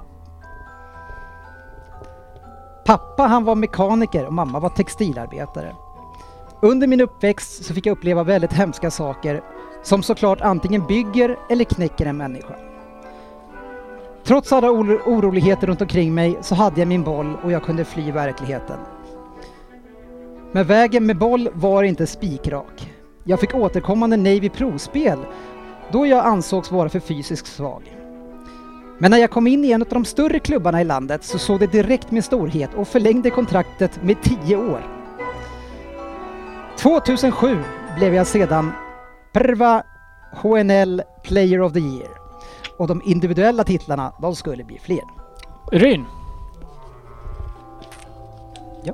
Pappa han var mekaniker och mamma var textilarbetare. Under min uppväxt så fick jag uppleva väldigt hemska saker som såklart antingen bygger eller knäcker en människa. Trots alla or- oroligheter runt omkring mig så hade jag min boll och jag kunde fly verkligheten. Men vägen med boll var inte spikrak. Jag fick återkommande nej vid provspel då jag ansågs vara för fysiskt svag. Men när jag kom in i en av de större klubbarna i landet så såg det direkt med storhet och förlängde kontraktet med tio år. tjugohundrasju blev jag sedan Prva H N L Player of the Year. Och de individuella titlarna, de skulle bli fler. Ryn. Ja.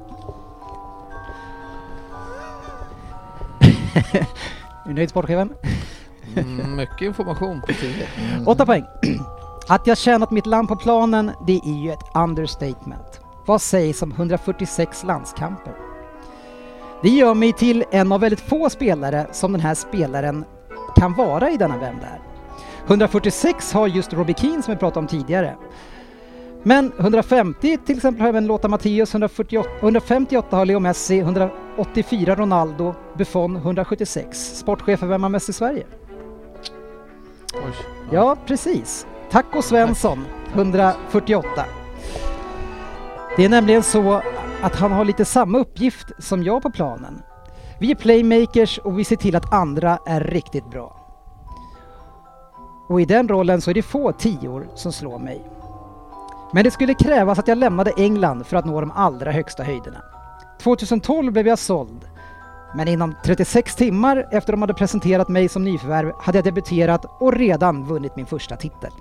Är du nöjd, sportchefen? Mm, mycket information på tio. Mm. Åtta poäng. Att jag tjänat mitt land på planen, det är ju ett understatement. Vad sägs om hundrafyrtiosex landskamper? Det gör mig till en av väldigt få spelare som den här spelaren kan vara i denna Vem där. hundrafyrtiosex har just Robbie Keane som vi pratade om tidigare. Men hundrafemtio till exempel har även Lothar Matthäus, hundrafyrtioåtta, hundrafemtioåtta har Leo Messi, hundraåttiofyra Ronaldo, Buffon hundrasjuttiosex. Sportchefen, vem har mest i Sverige? Oj, ja. Ja, precis. Taco Svensson, hundrafyrtioåtta. Det är nämligen så att han har lite samma uppgift som jag på planen. Vi är playmakers och vi ser till att andra är riktigt bra. Och i den rollen så är det få tior som slår mig. Men det skulle krävas att jag lämnade England för att nå de allra högsta höjderna. tjugotolv blev jag såld. Men inom trettiosex timmar efter de hade presenterat mig som nyförvärv hade jag debuterat och redan vunnit min första titel.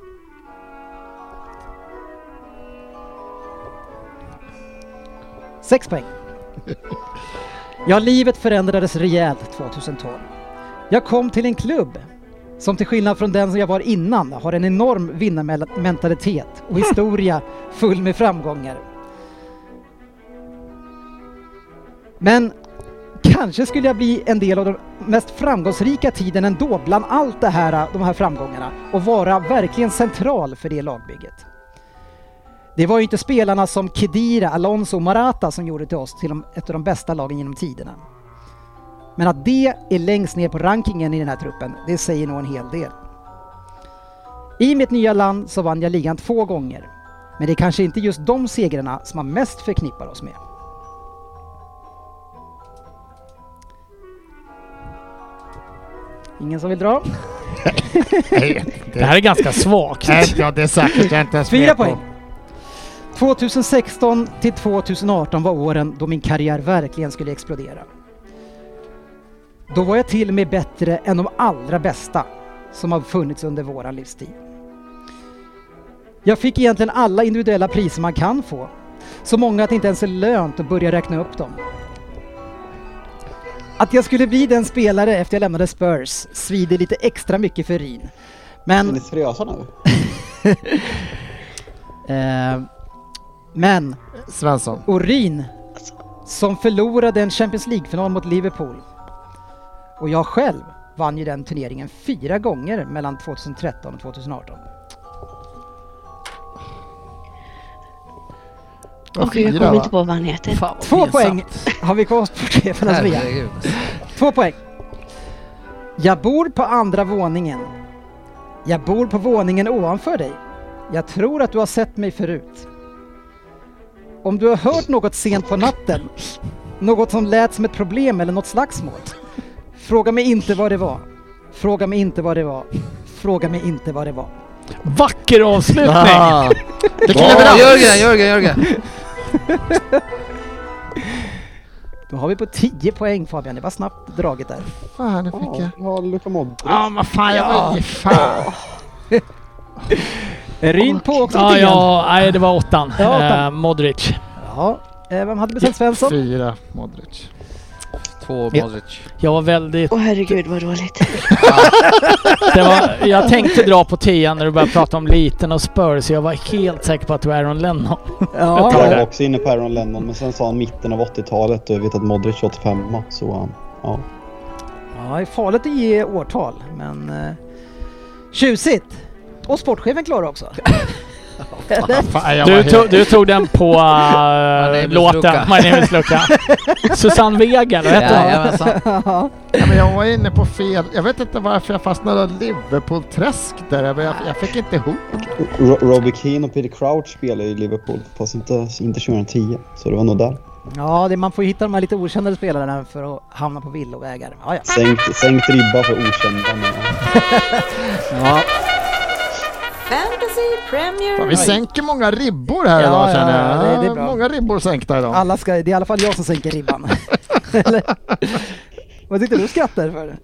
Sex poäng. Ja, livet förändrades rejält tjugotolv. Jag kom till en klubb som till skillnad från den som jag var innan har en enorm vinnarmentalitet och historia full med framgångar. Men kanske skulle jag bli en del av de mest framgångsrika tiden ändå bland allt det här, de här framgångarna och vara verkligen central för det lagbygget. Det var ju inte spelarna som Khedira, Alonso och Morata som gjorde till oss till de, ett av de bästa lagen genom tiderna. Men att det är längst ner på rankingen i den här truppen, det säger nog en hel del. I mitt nya land så vann jag ligan två gånger. Men det är kanske inte just de segrarna som man mest förknippar oss med. Ingen som vill dra? Det här är ganska svagt. Ja, det är säkert jag inte ens Fyra poäng. tjugosexton till tjugoarton var åren då min karriär verkligen skulle explodera. Då var jag till och med bättre än de allra bästa som har funnits under våran livstid. Jag fick egentligen alla individuella priser man kan få. Så många att det inte ens är lönt att börja räkna upp dem. Att jag skulle bli den spelare efter jag lämnade Spurs svider lite extra mycket för Ryn. Men... Är ni seriösa nu? eh, men... Svensson. Och Ryn som förlorade en Champions League-final mot Liverpool. Och jag själv vann ju den turneringen fyra gånger mellan tjugotretton och tjugoarton. Och jag kommer inte på vad han heter. Fan, Två poäng har vi kvar på chefernas via. Två poäng. Jag bor på andra våningen. Jag bor på våningen ovanför dig. Jag tror att du har sett mig förut. Om du har hört något sent på natten, något som lät som ett problem eller något slagsmål, fråga mig inte vad det var. Fråga mig inte vad det var. Fråga mig inte vad det var. Vacker avslutning! Ah. Det oh, Jörgen, Jörgen, Jörgen. Då har vi på tio poäng, Fabian. Det var snabbt draget där. Fan, det fick jag. Ja, Luka Modric. Ja, men fan, jag var ju fan. Ryn på också Ja, tio. ja, nej, det var åttan. Ja, åttan. Eh, Modric. Ja, eh, vem hade bestämt Svensson? Fyra, Modric. Två Modric. Jag var väldigt... Åh herregud vad dåligt. Det var, jag tänkte dra på tian när du började prata om liten och Spurs. Jag var helt säker på att det var Aaron Lennon. Ja, tar Jag det. var också inne på Aaron Lennon, men sen sa han mitten av åttiotalet och jag vet att Modric är åttiofem, så ja. ja, det är farligt att ge årtal, men eh, tjusigt. Och sportchefen klarar också. Fan, jag Du, var tog, helt... du tog den på name uh, is låten Luca. My name is Luca. Susanne Vega, vad heter hon? Jajamensan. Ja. Ja, men jag var inne på fel. Jag vet inte varför jag fastnade i Liverpool-träsk där. Jag, jag fick inte ihop. Ro- Robbie Keane och Peter Crouch spelar i Liverpool, fast inte, inte tjugohundratio, så det var nog där. Ja, det, man får hitta de här lite okända spelarna för att hamna på villovägar. Ja, ja. Sänkt, sänkt ribba för okända. Men, Ja. Fantasy Premier Fan, vi sänker många ribbor här Ja, idag, ja, känner jag. det- det är bra. Många ribbor sänkta idag. Alla ska, det är i alla fall jag som sänker ribban. Eller? Vad tyckte du skrattar för?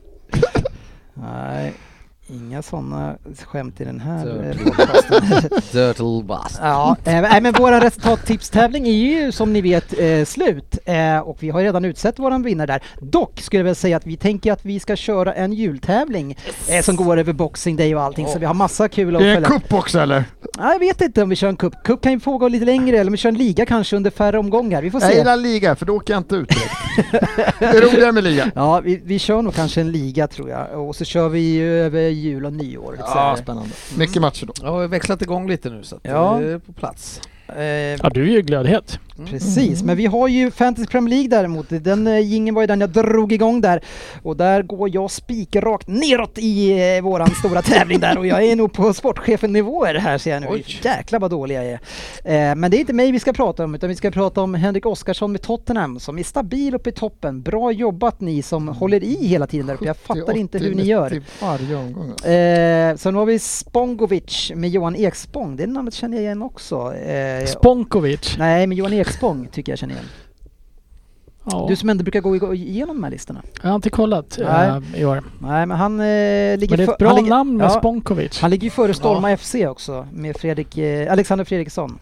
Nej, inga sådana skämt i den här podcasten. Dirtle Bust. Ja, äh, men våra resultattipstävling är ju som ni vet eh, slut eh, och vi har redan utsett våran vinnare där. Dock skulle jag väl säga att vi tänker att vi ska köra en jultävling eh, som går över Boxing Day och allting, oh. så vi har massa kul att följa. Det är följa. en cup också eller? Ja, jag vet inte om vi kör en cup. Cup kan ju pågå lite längre eller om vi kör en liga kanske under färre omgångar. Vi får se. Jag gillar liga för då åker jag inte ut direkt. Det är roligare med liga. Ja, vi, vi kör nog kanske en liga tror jag och så kör vi över jul och nyår. Ja, spännande. Mycket matcher då. Ja, vi har växlat igång lite nu så att ja. det är på plats. Eh, ja, du är ju glödhet. Precis, mm. men vi har ju Fantasy Premier League däremot. Den uh, gingen var ju den jag drog igång där. Och där går jag spikrakt neråt i uh, våran stora tävling där. Och jag är nog på sportchefen-nivåer här ser jag nu. Oj. Jäklar vad dålig jag är. Uh, men det är inte mig vi ska prata om utan vi ska prata om Henrik Oskarsson med Tottenham som är stabil uppe i toppen. Bra jobbat ni som mm. håller i hela tiden där uppe. Jag fattar sjuttio, inte hur ni gör. Varje omgång. Uh, sen har vi Spongovic med Johan Ekspång. Det namnet känner jag igen också. Uh, Sponkovic? Nej, men Johan Ekspång tycker jag känner igen. Ja. Du som ändå brukar gå igenom de här listorna. Jag har inte kollat äh, i år. Nej, men han äh, ligger... Men det är ett bra han ligger, namn med ja, Sponkovic. Han ligger ju före Storma ja. F C också med Fredrik, eh, Alexander Fredriksson.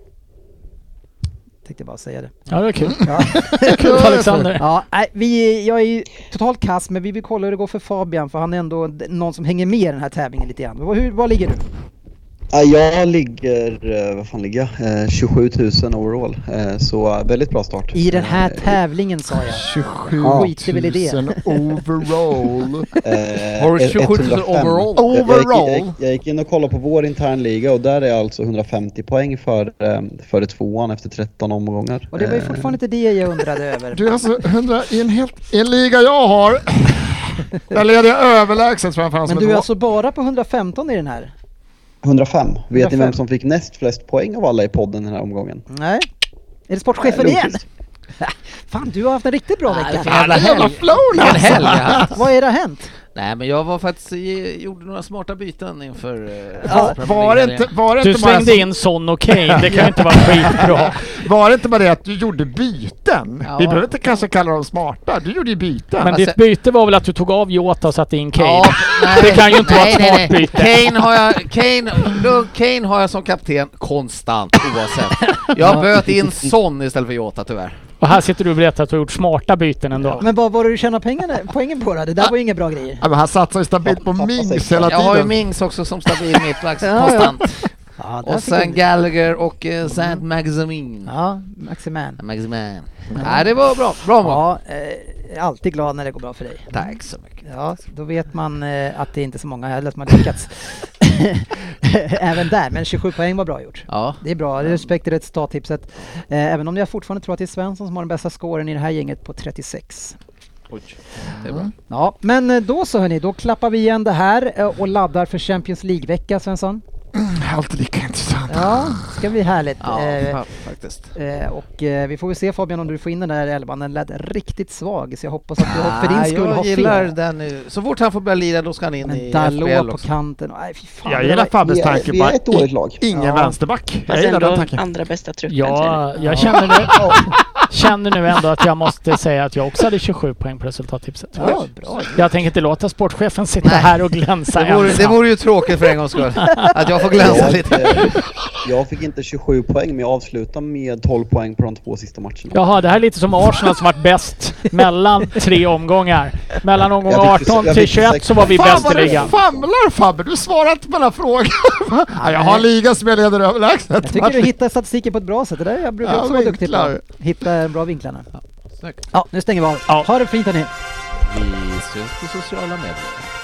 Tänkte bara säga det. Ja, det var kul. Ja. Kul för Alexander. Ja, nej, vi, jag är totalt kass, men vi vill kolla hur det går för Fabian för han är ändå någon som hänger med i den här tävlingen lite grann. Hur, vad ligger du? Ja, jag ligger, vad fan ligger jag? Eh, tjugosju tusen overall. Eh, så väldigt bra start. I den här tävlingen sa jag. tjugosju tusen overall. Eh, Har du tjugosju tusen overall? overall? Jag, jag, jag gick in och kollade på vår internliga och där är alltså hundrafemtio poäng för, eh, för tvåan efter tretton omgångar. Och det var ju fortfarande inte det jag undrade över. Du är alltså hundra i en, helt, en liga jag har. Jag leder överlägset framför hans. Men du är alltså bara på hundrafemton i den här? hundrafem. Vet hundrafem. Ni vem som fick näst flest poäng av alla i podden den här omgången? Nej. Är det sportchefen igen? Fan, du har haft en riktigt bra vecka. Ja, det är jävla flow helg. Vad är det hänt? Nej, men jag var faktiskt gjorde några smarta byten inför ja, äh, var det inte var det Du inte slängde bara in Son och Kane. Det kan ju inte vara skitbra. Var det inte bara det att du gjorde byten? Ja. Vi behöver inte kanske kalla dem smarta. Du gjorde ju byten. Men alltså, ditt byte var väl att du tog av Jota och satte in Kane. Ja, nej, det kan ju inte nej, vara ett nej, smart byte. Kane har jag Kane, då, Kane har jag som kapten konstant oavsett. Jag böt in Son istället för Jota tyvärr. Och här sitter du och berättar att du har gjort smarta byten ändå. Men vad var det du tjänar pengarna, poängen på då? Det där var ju inga bra grejer. Ja, men han satsar ju stabilt på Mings hela tiden. Jag har ju Mings också som stabil mittback konstant. Ja, och sen Gallagher och uh, Saint Maximin. Ja, Maximan. Maximan. Mm. Ja, det var bra. Bra mål. Ja, eh, alltid glad när det går bra för dig. Tack så mycket. Ja, då vet man eh, att det inte är så många heller som har lyckats. Även där, men tjugosju poäng var bra gjort. Ja. Det är bra, det är respekt i resultattipset. Eh, även om jag fortfarande tror att det är Svensson som har den bästa scoren i det här gänget på trettiosex. Oj, det är bra. Ja, men då så hörni, då klappar vi igen det här och laddar för Champions League-vecka, Svensson. Alltid lika intressant. Ja, ska bli härligt. Ja, eh, faktiskt. Eh, och eh, vi får väl se Fabian om du får in den där elvan. Den lät riktigt svag så jag hoppas att du ah, för din skull har fel. Jag gillar den nu. Så fort han får börja lira då ska han in men i Dalot F B L på också. Kanten. Aj, fy fan. Jag gillar Fabbes tanke. Vi är ett dåligt lag. Ingen ja. vänsterback. Jag Fast gillar ändå den tanken. andra bästa truppen. Ja, jag känner nu, känner nu ändå att jag måste säga att jag också hade tjugosju poäng på resultattipset. Ja, bra. Jag tänker inte låta sportchefen sitta Nej. här och glänsa. Det vore, det vore ju tråkigt för en gångs skull. Att jag får glänsa jag, lite. Jag fick inte tjugosju poäng men jag avslutade med tolv poäng på de två sista matcherna. Jaha, det här är lite som Arsenal som varit bäst mellan tre omgångar. Mellan omgång arton till tjugoett så var vi Fan, bäst i ligan. Fan vad du famlar Fabbe, du svarar inte på den här frågan. Ja, jag har en liga som jag leder överlägset. Jag tycker du hittar statistiken på ett bra sätt. Det där jag brukar ja, också vara duktig på. vinklar. Hitta bra vinklarna. Ja, ja, nu stänger vi av. Ja. Ha det fint hörni. vi syns på sociala medier.